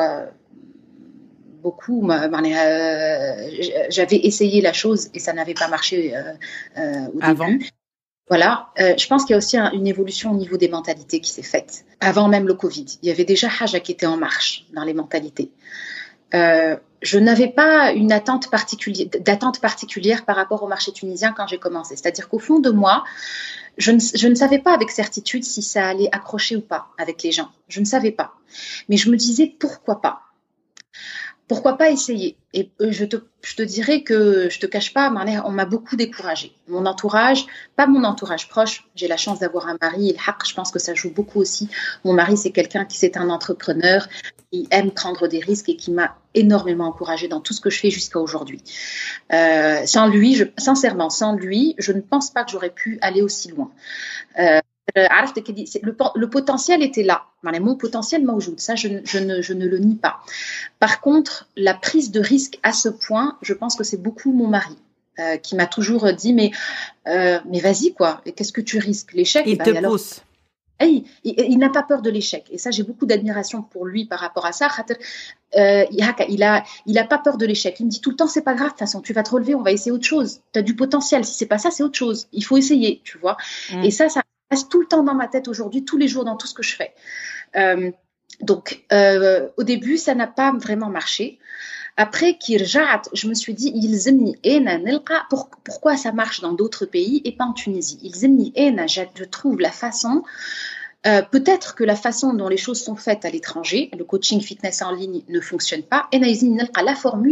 beaucoup, j'avais essayé la chose et ça n'avait pas marché au début. Voilà, je pense qu'il y a aussi une évolution au niveau des mentalités qui s'est faite. Avant même le Covid, il y avait déjà Haja qui était en marche dans les mentalités. Je n'avais pas une d'attente particulière par rapport au marché tunisien quand j'ai commencé. C'est-à-dire qu'au fond de moi, je ne savais pas avec certitude si ça allait accrocher ou pas avec les gens. Je ne savais pas. Mais je me disais, pourquoi pas ? Pourquoi pas essayer ? Et je te dirais que, je te cache pas, on m'a beaucoup découragée. Mon entourage, pas mon entourage proche, j'ai la chance d'avoir un mari, je pense que ça joue beaucoup aussi. Mon mari, c'est un entrepreneur, qui aime prendre des risques et qui m'a énormément encouragée dans tout ce que je fais jusqu'à aujourd'hui. Sincèrement, sans lui, je ne pense pas que j'aurais pu aller aussi loin. Le potentiel était là. Mon potentiel m'ajoute, ça je ne le nie pas. Par contre, la prise de risque à ce point, je pense que c'est beaucoup mon mari qui m'a toujours dit mais vas-y quoi, qu'est-ce que tu risques, l'échec? Il te pousse. Il n'a pas peur de l'échec et ça j'ai beaucoup d'admiration pour lui par rapport à ça. Il a pas peur de l'échec. Il me dit tout le temps c'est pas grave, de toute façon tu vas te relever, on va essayer autre chose. Tu as du potentiel, si c'est pas ça c'est autre chose. Il faut essayer, tu vois. Et ça reste tout le temps dans ma tête aujourd'hui, tous les jours dans tout ce que je fais. Donc au début ça n'a pas vraiment marché. Après Kirjat, je me suis dit pourquoi ça marche dans d'autres pays et pas en Tunisie. Je trouve la façon, peut-être que la façon dont les choses sont faites à l'étranger, le coaching fitness en ligne ne fonctionne pas. La formule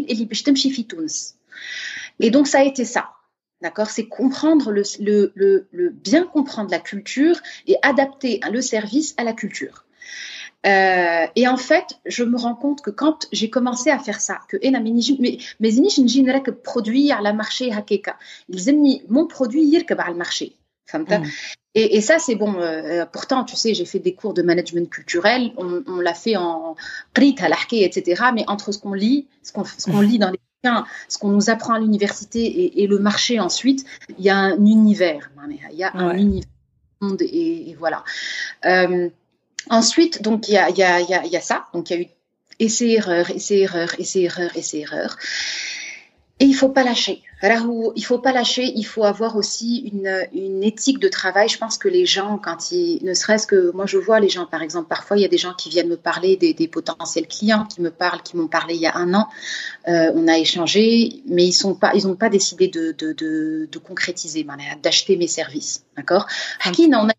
et donc ça a été ça. D'accord, c'est comprendre le bien comprendre la culture et adapter le service à la culture. Et en fait, je me rends compte que quand j'ai commencé à faire ça, que mes produits à la marché hakeka, ils ont mis mon produit yirkab à le marché. Et ça c'est bon. Pourtant, tu sais, j'ai fait des cours de management culturel, on l'a fait en qrit à l'ahké, etc. Mais entre ce qu'on lit, ce qu'on lit dans les ce qu'on nous apprend à l'université et le marché ensuite, il y a un univers. Il y a un univers et voilà. Ensuite, donc il y a ça. Donc il y a eu essai erreur, essai erreur, essai erreur, essai erreur. Et il faut pas lâcher. Rahou, il faut pas lâcher. Il faut avoir aussi une éthique de travail. Je pense que les gens, quand ils, ne serait-ce que moi, je vois les gens, par exemple, parfois il y a des gens qui viennent me parler, des potentiels clients qui me parlent, qui m'ont parlé il y a un an. On a échangé, mais ils ont pas décidé de concrétiser, d'acheter mes services, d'accord. On a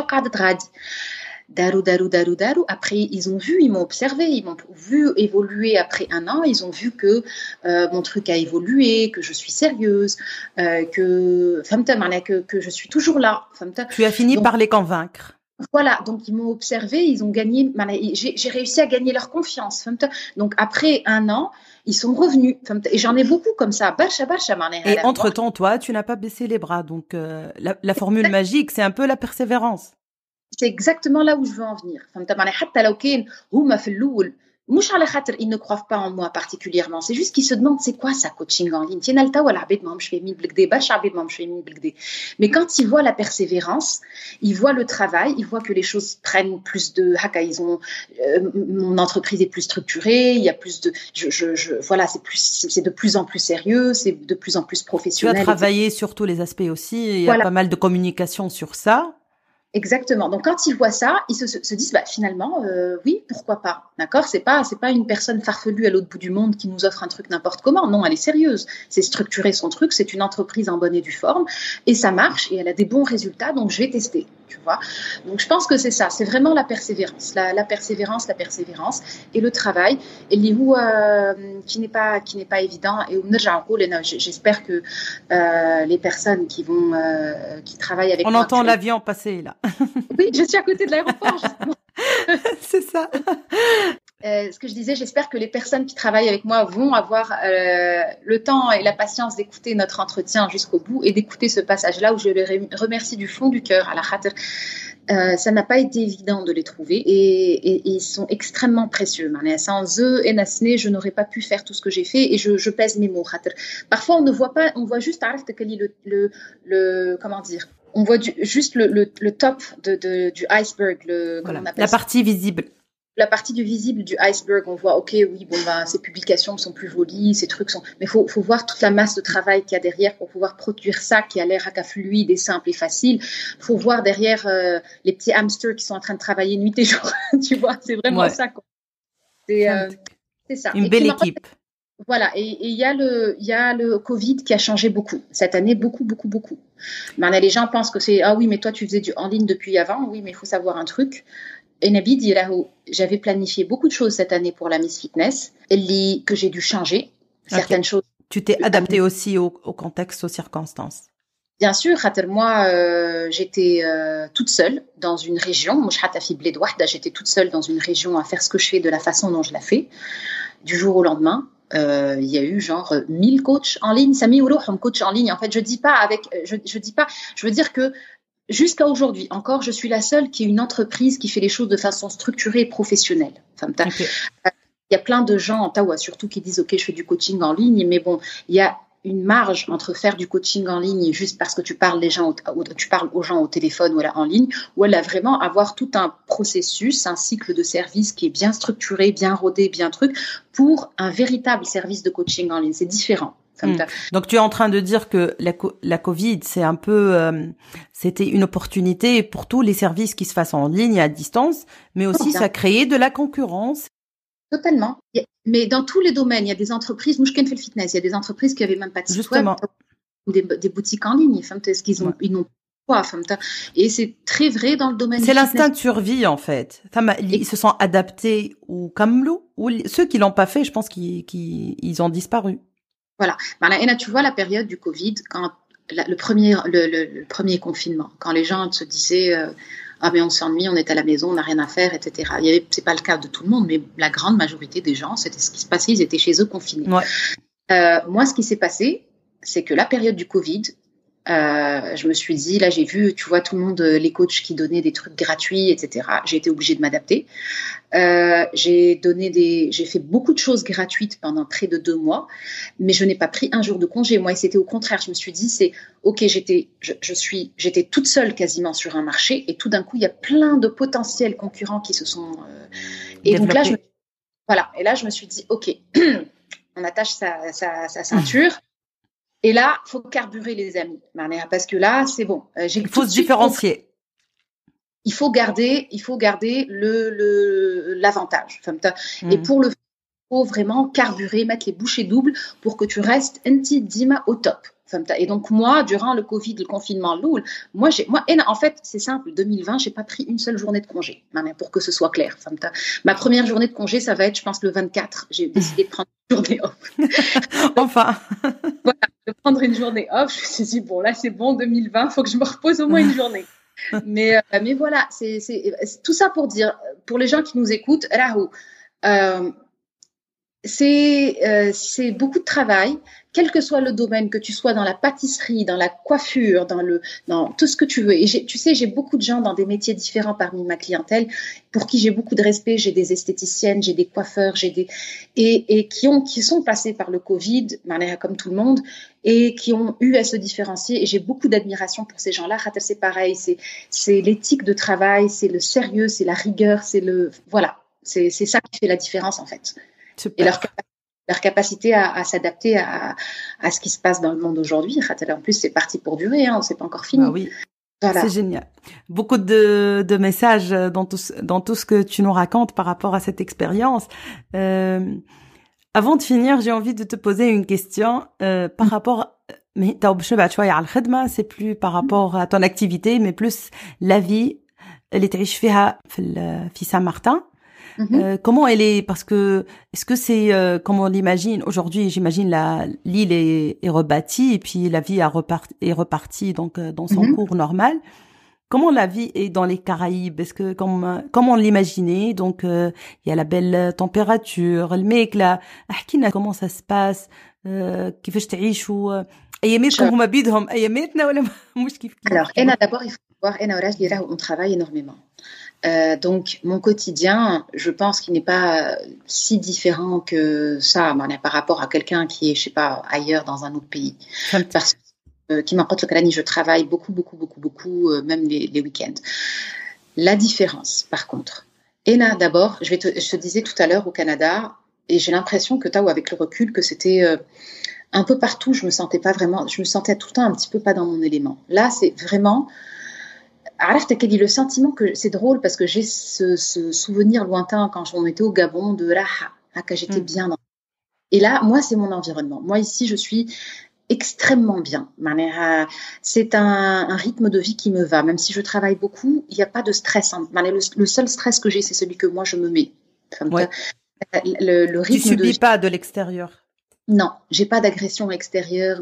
Darou. Après, ils m'ont observé, ils m'ont vu évoluer après un an. Ils ont vu que mon truc a évolué, que je suis sérieuse, que je suis toujours là. Tu as fini par les convaincre. Voilà, donc ils m'ont observé, ils ont gagné, j'ai réussi à gagner leur confiance. Donc après un an, ils sont revenus. Et j'en ai beaucoup comme ça. Et entre-temps, toi, tu n'as pas baissé les bras. Donc la formule magique, c'est un peu la persévérance. C'est exactement là où je veux en venir. Ils ne croient pas en moi particulièrement. C'est juste qu'ils se demandent c'est quoi ça coaching en ligne. Mais quand ils voient la persévérance, ils voient le travail, ils voient que les choses prennent plus de mon entreprise est plus structurée, il y a plus de voilà, c'est de plus en plus sérieux, c'est de plus en plus professionnel. Tu as travaillé sur tous les aspects aussi, il y a pas mal de communication sur ça. Exactement. Donc quand ils voient ça, ils se disent finalement oui, pourquoi pas. D'accord, c'est pas une personne farfelue à l'autre bout du monde qui nous offre un truc n'importe comment. Non, elle est sérieuse. C'est structurer son truc, c'est une entreprise en bonne et due forme et ça marche et elle a des bons résultats, donc je vais tester, tu vois. Donc je pense que c'est ça, c'est vraiment la persévérance, la persévérance et le travail et qui n'est pas évident et j'espère que les personnes qui travaillent avec moi. On entend l'avion passer là. Oui, je suis à côté de l'aéroport, justement. C'est ça. Ce que je disais, j'espère que les personnes qui travaillent avec moi vont avoir le temps et la patience d'écouter notre entretien jusqu'au bout et d'écouter ce passage-là où je les remercie du fond du cœur. À la khater, ça n'a pas été évident de les trouver et ils sont extrêmement précieux. Sans eux, je n'aurais pas pu faire tout ce que j'ai fait et je pèse mes mots. Parfois, on ne voit pas, on voit juste comment dire. On voit juste le top du iceberg, voilà, la partie visible. La partie du visible du iceberg, on voit, ok, oui, ces publications sont plus jolies, ces trucs sont... Mais faut voir toute la masse de travail qu'il y a derrière pour pouvoir produire ça qui a l'air fluide et simple et facile. Faut voir derrière les petits hamsters qui sont en train de travailler nuit et jour. Tu vois, c'est vraiment ça. C'est ça. Une belle équipe. Voilà, et il y a le Covid qui a changé beaucoup. Cette année, beaucoup. Maintenant, les gens pensent que c'est, ah oui, mais toi, tu faisais du en ligne depuis avant. Oui, mais il faut savoir un truc. Et Nabi dit là où j'avais planifié beaucoup de choses cette année pour la Miss Fitness, que j'ai dû changer certaines choses. Tu t'es adaptée aussi au contexte, aux circonstances. Bien sûr, moi, j'étais toute seule dans une région. J'étais toute seule dans une région à faire ce que je fais de la façon dont je la fais. Du jour au lendemain, il y a eu genre 1000 coachs en ligne. Sami Ourouh, coach en ligne. En fait, je veux dire que jusqu'à aujourd'hui, encore, je suis la seule qui est une entreprise qui fait les choses de façon structurée et professionnelle. Okay. Il y a plein de gens en Tawa, surtout qui disent, OK, je fais du coaching en ligne, mais bon, il y a une marge entre faire du coaching en ligne juste parce que tu parles aux gens au téléphone ou en ligne, ou elle a vraiment avoir tout un processus, un cycle de service qui est bien structuré, bien rodé, bien truc, pour un véritable service de coaching en ligne. C'est différent. Donc tu es en train de dire que la Covid, c'est un peu, c'était une opportunité pour tous les services qui se fassent en ligne et à distance, mais aussi ça créait de la concurrence. Totalement. Mais dans tous les domaines, il y a des entreprises, moi je connais le fitness, il y a des entreprises qui n'avaient même pas de site web, des boutiques en ligne, ils n'ont pas. Et c'est très vrai dans le domaine du fitness. C'est l'instinct de survie en fait. Ils se sont adaptés au Kamlo, ou ceux qui l'ont pas fait, je pense qu'ils ont disparu. Voilà. Et là, tu vois la période du Covid, quand le premier confinement, quand les gens se disaient ah mais on s'ennuie, on est à la maison, on n'a rien à faire, etc. C'est pas le cas de tout le monde, mais la grande majorité des gens, c'était ce qui se passait, ils étaient chez eux confinés. Ouais. Moi, ce qui s'est passé, c'est que la période du Covid, Je me suis dit, là, j'ai vu, tu vois, tout le monde, les coachs qui donnaient des trucs gratuits, etc. J'ai été obligée de m'adapter. J'ai fait beaucoup de choses gratuites pendant près de 2 mois, mais je n'ai pas pris un jour de congé. Moi, c'était au contraire. Je me suis dit, j'étais toute seule quasiment sur un marché, et tout d'un coup, il y a plein de potentiels concurrents qui se sont, et donc là, je me suis dit, ok, on attache sa ceinture. Et là, il faut carburer, les amis, parce que là, c'est bon. Il faut se différencier. Il faut garder l'avantage. Et pour le faire, il faut vraiment carburer, mettre les bouchées doubles pour que tu restes dima au top. Et donc, moi, durant le Covid, le confinement, en fait, c'est simple, 2020, j'ai pas pris une seule journée de congé, pour que ce soit clair. Ma première journée de congé, ça va être, je pense, le 24. J'ai décidé de prendre une journée off. Enfin. Voilà, de prendre une journée off. Je me suis dit, bon, là, c'est bon, 2020, il faut que je me repose au moins une journée. Mais voilà, c'est tout ça pour dire, pour les gens qui nous écoutent, Rahou, c'est beaucoup de travail, quel que soit le domaine, que tu sois dans la pâtisserie, dans la coiffure, dans tout ce que tu veux. Et tu sais, j'ai beaucoup de gens dans des métiers différents parmi ma clientèle, pour qui j'ai beaucoup de respect. J'ai des esthéticiennes, j'ai des coiffeurs, et qui sont passés par le Covid, comme tout le monde, et qui ont eu à se différencier. Et j'ai beaucoup d'admiration pour ces gens-là. C'est pareil, c'est l'éthique de travail, c'est le sérieux, c'est la rigueur, voilà, c'est ça qui fait la différence en fait. Super. Et leur capacité à s'adapter à ce qui se passe dans le monde aujourd'hui. En plus, c'est parti pour durer, c'est pas encore fini. Bah oui. Voilà. C'est génial. Beaucoup de messages dans tout ce que tu nous racontes par rapport à cette expérience. Avant de finir, j'ai envie de te poser une question par rapport, mais c'est plus par rapport à ton activité, mais plus la vie اللي تعيش فيها في Saint-Martin. Comment elle est, parce que est-ce que c'est comme on l'imagine aujourd'hui? J'imagine l'île est rebâtie et puis la vie est repartie donc dans son cours normal. Comment la vie est dans les Caraïbes? Est-ce que comme on l'imaginait, donc il y a la belle température, الماكلة. احكينا comment ça se passe, كيفاش تعيشوا اياماتكم هما بيدهم اياماتنا ولا مش كيف. Alors, d'abord il faut voir, on travaille énormément. Donc, mon quotidien, je pense qu'il n'est pas si différent que ça, par rapport à quelqu'un qui est, je sais pas, ailleurs dans un autre pays. Parce que, je travaille beaucoup, même les week-ends. La différence, par contre, d'abord, je te disais tout à l'heure au Canada, et j'ai l'impression que avec le recul, que c'était un peu partout, je me sentais tout le temps un petit peu pas dans mon élément. Là, c'est vraiment... le sentiment que c'est drôle parce que j'ai ce souvenir lointain quand on était au Gabon de Raha, que j'étais bien dans. Et là, moi, c'est mon environnement. Moi, ici, je suis extrêmement bien. C'est un rythme de vie qui me va. Même si je travaille beaucoup, il n'y a pas de stress. Le seul stress que j'ai, c'est celui que moi, je me mets. Ouais. Le rythme tu subis pas de l'extérieur. Non, j'ai pas d'agression extérieure.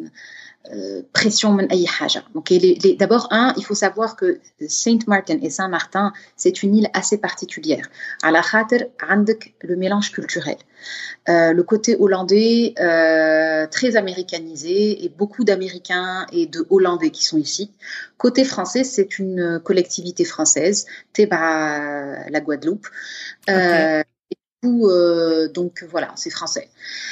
Pression من أي حاجة. Donc, d'abord, il faut savoir que Saint Martin et Saint-Martin, c'est une île assez particulière. على خاطر عندك le mélange culturel. Le côté hollandais, très américanisé, et beaucoup d'Américains et de Hollandais qui sont ici. Côté français, c'est une collectivité française, la Guadeloupe. Okay. Donc voilà, c'est français.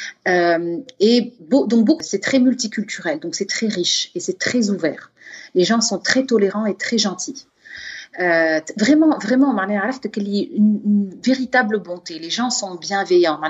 Donc c'est très multiculturel, donc c'est très riche et c'est très ouvert. Les gens sont très tolérants et très gentils. Vraiment, une véritable bonté. Les gens sont bienveillants.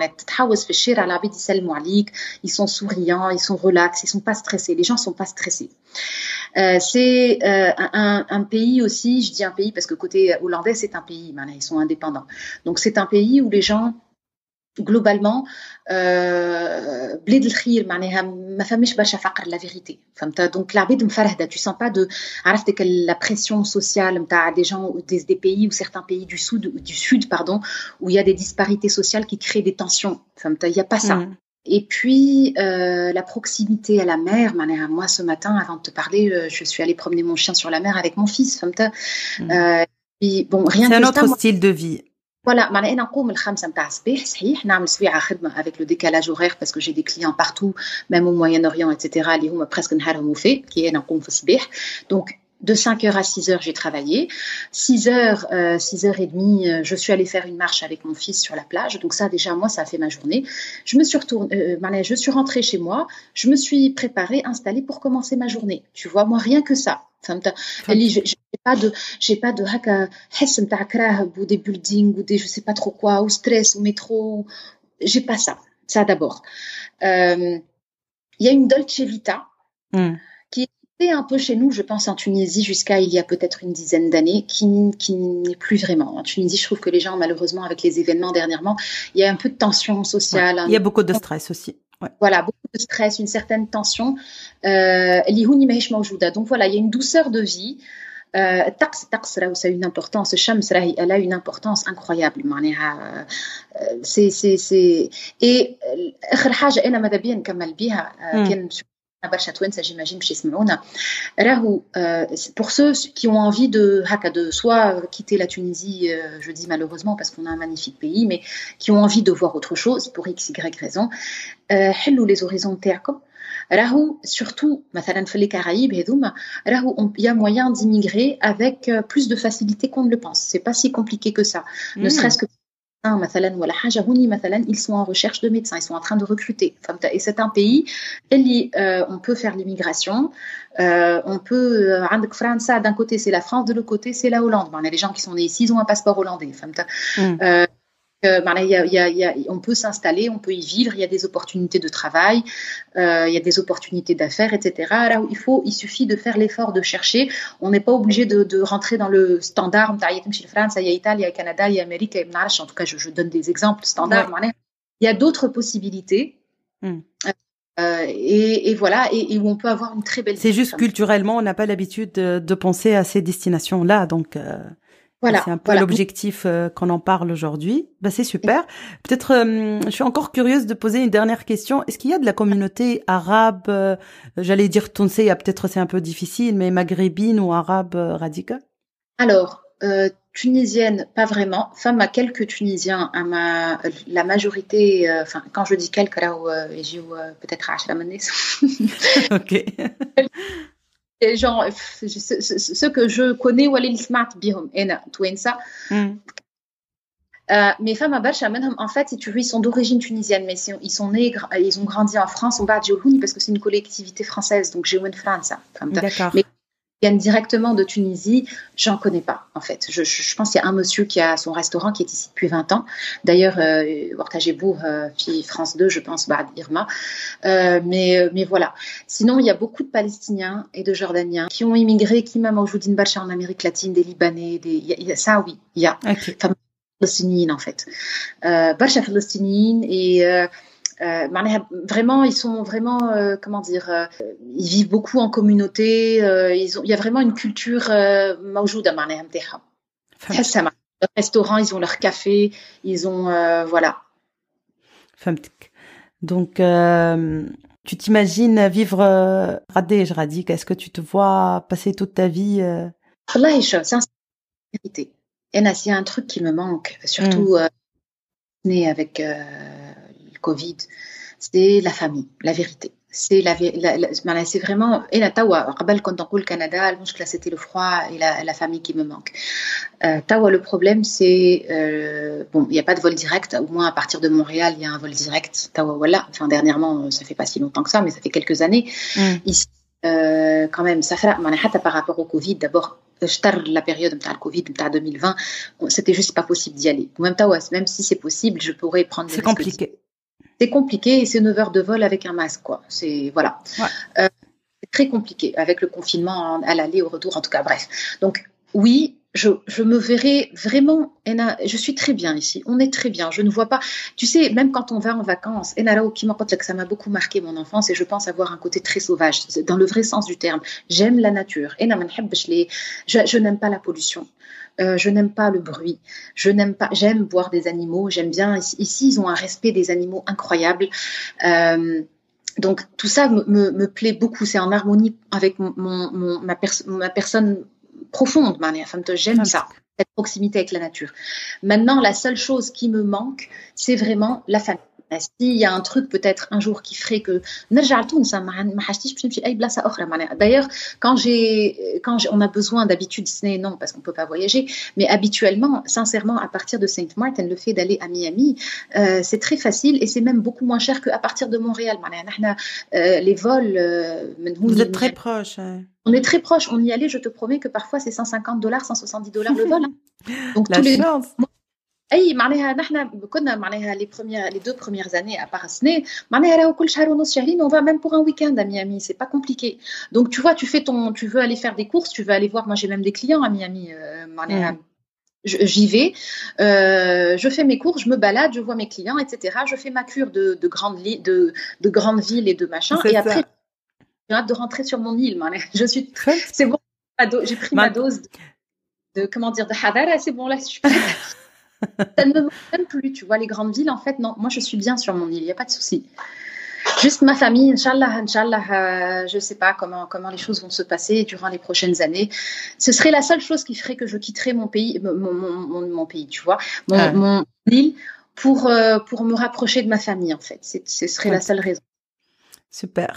Ils sont souriants, ils sont relax, ils sont pas stressés. Les gens sont pas stressés. C'est un pays aussi, je dis un pays parce que côté hollandais, c'est un pays, ils sont indépendants. Donc c'est un pays où les gens globalement بلاد الخير معناها ما فماش برشا فقر la vérité فهمت donc العباد مفرهده tu sens pas de عرفتك la pression sociale نتاع des gens des pays ou certains pays du sud pardon où il y a des disparités sociales qui créent des tensions فهمت il y a pas ça. Et puis la proximité à la mer, moi ce matin avant de te parler je suis allée promener mon chien sur la mer avec mon fils فهمت. Puis bon rien c'est que un autre style de vie. Voilà, معناها أنا نقوم الخمسة متاع الصباح صحيح نعمل سويعة خدمة avec le décalage horaire parce que j'ai des clients partout même au Moyen-Orient etc اللي هما presque نهارهم وفاء كي أنا نقوم في الصباح donc de 5h à 6h, j'ai travaillé. 6h, 6h30, je suis allée faire une marche avec mon fils sur la plage. Donc ça, déjà, moi, ça a fait ma journée. Je suis rentrée chez moi. Je me suis préparée, installée pour commencer ma journée. Tu vois, moi, rien que ça. J'ai pas de haka, حس متاع كراهب ou des buildings ou des je sais pas trop quoi, ou stress, ou métro. J'ai pas ça. Ça d'abord. Il y a une Dolce Vita. C'était un peu chez nous, je pense, en Tunisie, jusqu'à il y a peut-être une dizaine d'années, qui n'est plus vraiment. En Tunisie, je trouve que les gens, malheureusement, avec les événements dernièrement, il y a un peu de tension sociale. Ouais, il y a beaucoup de stress aussi. Ouais. Voilà, beaucoup de stress, une certaine tension. Donc voilà, il y a une douceur de vie. Ça a une importance. Shams, elle a une importance incroyable. Et آخر حاجة أنا ماذا بيا نكمل بيها كان برشا توانسة j'imagine باش يسمعونا راهو pour ceux qui ont envie de soit quitter la Tunisie, je dis malheureusement parce qu'on a un magnifique pays, mais qui ont envie de voir autre chose pour x y raison, حلوا les horizons تاعكم. راهو surtout مثلا في les Caraïbes هذوما راهو il y a moyen d'immigrer avec plus de facilité qu'on ne le pense. C'est pas si compliqué que ça. Ne serait-ce que مثلا ولا حاجة هوني مثلا ils sont en recherche de médecins, ils sont en train de recruter. Et c'est un pays où on peut faire l'immigration, on peut عندك فرنسا d'un côté c'est la France, de l'autre côté c'est la Hollande. On a des gens qui sont nés ici, ils ont un passeport hollandais. On peut s'installer, on peut y vivre, il y a des opportunités de travail, il y a des opportunités d'affaires, etc. Là où il suffit de faire l'effort de chercher. On n'est pas obligé de rentrer dans le standard. Il y a France, il y a Italie, il y a Canada, il y a Amérique. En tout cas, je donne des exemples standards. Ouais. Il y a d'autres possibilités. Et voilà, et où on peut avoir une très belle vie. C'est juste culturellement, on n'a pas l'habitude de penser à ces destinations-là, donc... Voilà, c'est un peu l'objectif qu'on en parle aujourd'hui. Bah, c'est super. Peut-être, je suis encore curieuse de poser une dernière question. Est-ce qu'il y a de la communauté arabe, j'allais dire Tounsé, peut-être c'est un peu difficile, mais maghrébine ou arabe radicale? Alors, tunisienne, pas vraiment. Femme à quelques Tunisiens, la majorité, enfin, quand je dis quelques, là, j'ai peut-être à Achramani. Ok. Genre, ceux que je connais, mes femmes à Barcha, en fait, si tu veux, ils sont d'origine tunisienne, mais ils sont nés, ils ont grandi en France, on va à Djolhouni parce que c'est une collectivité française, donc j'ai une France. D'accord. Mais ils viennent directement de Tunisie, j'en connais pas, en fait. Je pense qu'il y a un monsieur qui a son restaurant qui est ici depuis 20 ans. D'ailleurs, Wartagebourg, fille France 2, je pense, Irma. Mais voilà. Sinon, il y a beaucoup de Palestiniens et de Jordaniens qui ont immigré, qui même aujourd'hui Barcha en Amérique latine, des Libanais, ça, oui, il y a. Okay. Femmes palestiniennes, en fait. Barcha palestiniennes et... vraiment, ils sont vraiment, comment dire, ils vivent beaucoup en communauté. Il y a vraiment une culture موجودة معناها نتاعها. تحسها leur restaurant, ils ont leur café, ils ont voilà. فهمتك. Donc tu t'imagines vivre Radej Radik, est-ce que tu te vois passer toute ta vie والله c'est une vérité. Et là, s'il y a un truc qui me manque, surtout né avec Covid, c'est la famille, la vérité. C'est vraiment et la tawa قبل كنت نقول Canada المشكلة c'était le froid et la famille qui me manque. Tawa le problème c'est bon, il y a pas de vol direct, au moins à partir de Montréal, il y a un vol direct Tawa voilà, enfin dernièrement ça fait pas si longtemps que ça mais ça fait quelques années. Ici quand même ça fait حتى par rapport au Covid d'abord la période de la Covid de 2020, c'était juste pas possible d'y aller. Même si c'est possible, je pourrais prendre des risques. C'est compliqué. C'est compliqué et c'est 9 heures de vol avec un masque, quoi. C'est, voilà. Ouais. C'est très compliqué avec le confinement à l'aller, au retour, en tout cas, bref. Donc, oui, je me verrai vraiment, je suis très bien ici. On est très bien. Je ne vois pas, tu sais, même quand on va en vacances, ça m'a beaucoup marqué mon enfance et je pense avoir un côté très sauvage, dans le vrai sens du terme. J'aime la nature. Je n'aime pas la pollution. Je n'aime pas le bruit. J'aime voir des animaux. J'aime bien. Ici, ils ont un respect des animaux incroyable. Donc, tout ça me plaît beaucoup. C'est en harmonie avec ma personne profonde. J'aime ça. cette proximité avec la nature. Maintenant, la seule chose qui me manque, c'est vraiment la famille. S'il y a un truc peut-être un jour qui ferait que d'ailleurs quand on a besoin d'habitude non parce qu'on peut pas voyager, mais habituellement sincèrement à partir de Saint Martin le fait d'aller à Miami c'est très facile et c'est même beaucoup moins cher qu'à partir de Montréal. Les vols vous êtes très proche hein. On est très proche, on y allait, je te promets que parfois c'est $150, $170 le vol. Donc la chance. اي معناها نحن كنا معناها les 2 premières années à Parasne معناها راهو كل شهر ونص شهرين on va même pour un week-end à Miami, c'est pas compliqué. Donc tu vois, tu veux aller faire des courses, tu veux aller voir, moi j'ai même des clients à Miami معناها j'y vais, je fais mes courses, je me balade, je vois mes clients, etc. Je fais ma cure de grandes villes et de machin, et après j'ai hâte de rentrer sur mon île. C'est bon, j'ai pris ma dose de comment dire, de hadara, c'est bon là, je suis prête. Ça ne me manque même plus, tu vois, les grandes villes, en fait, non, moi je suis bien sur mon île, il n'y a pas de souci. Juste ma famille, Inch'Allah, je ne sais pas comment les choses vont se passer durant les prochaines années. Ce serait la seule chose qui ferait que je quitterais mon pays, mon pays, tu vois, mon île, pour me rapprocher de ma famille, en fait. Ce serait la seule raison. Super.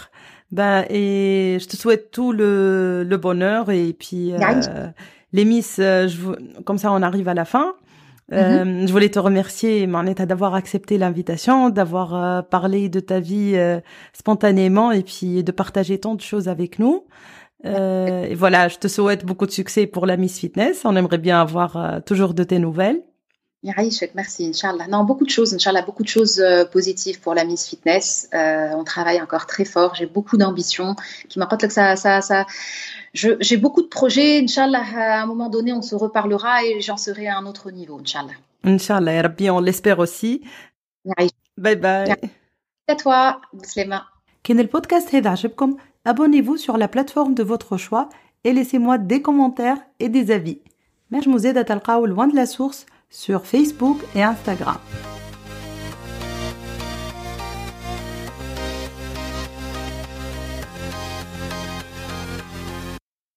Et je te souhaite tout le bonheur, et puis les Miss, comme ça on arrive à la fin. Je voulais te remercier, Marneta, d'avoir accepté l'invitation, d'avoir parlé de ta vie spontanément et puis de partager tant de choses avec nous. Et voilà, je te souhaite beaucoup de succès pour la Miss Fitness. On aimerait bien avoir toujours de tes nouvelles. Merci, Inch'Allah. Non, beaucoup de choses, Inch'Allah, beaucoup de choses positives pour la Miss Fitness. On travaille encore très fort. J'ai beaucoup d'ambition. Qui m'apporte que ça. J'ai beaucoup de projets. Inch'Allah, à un moment donné, on se reparlera et j'en serai à un autre niveau, Inch'Allah. Inch'Allah, ya Rabbi, on l'espère aussi. Bye bye. À toi, Slema. كان البودكاست هذا عجبكم, abonnez-vous sur la plateforme de votre choix et laissez-moi des commentaires et des avis. Merj Mouzeda Talqaou loin de la source sur Facebook et Instagram.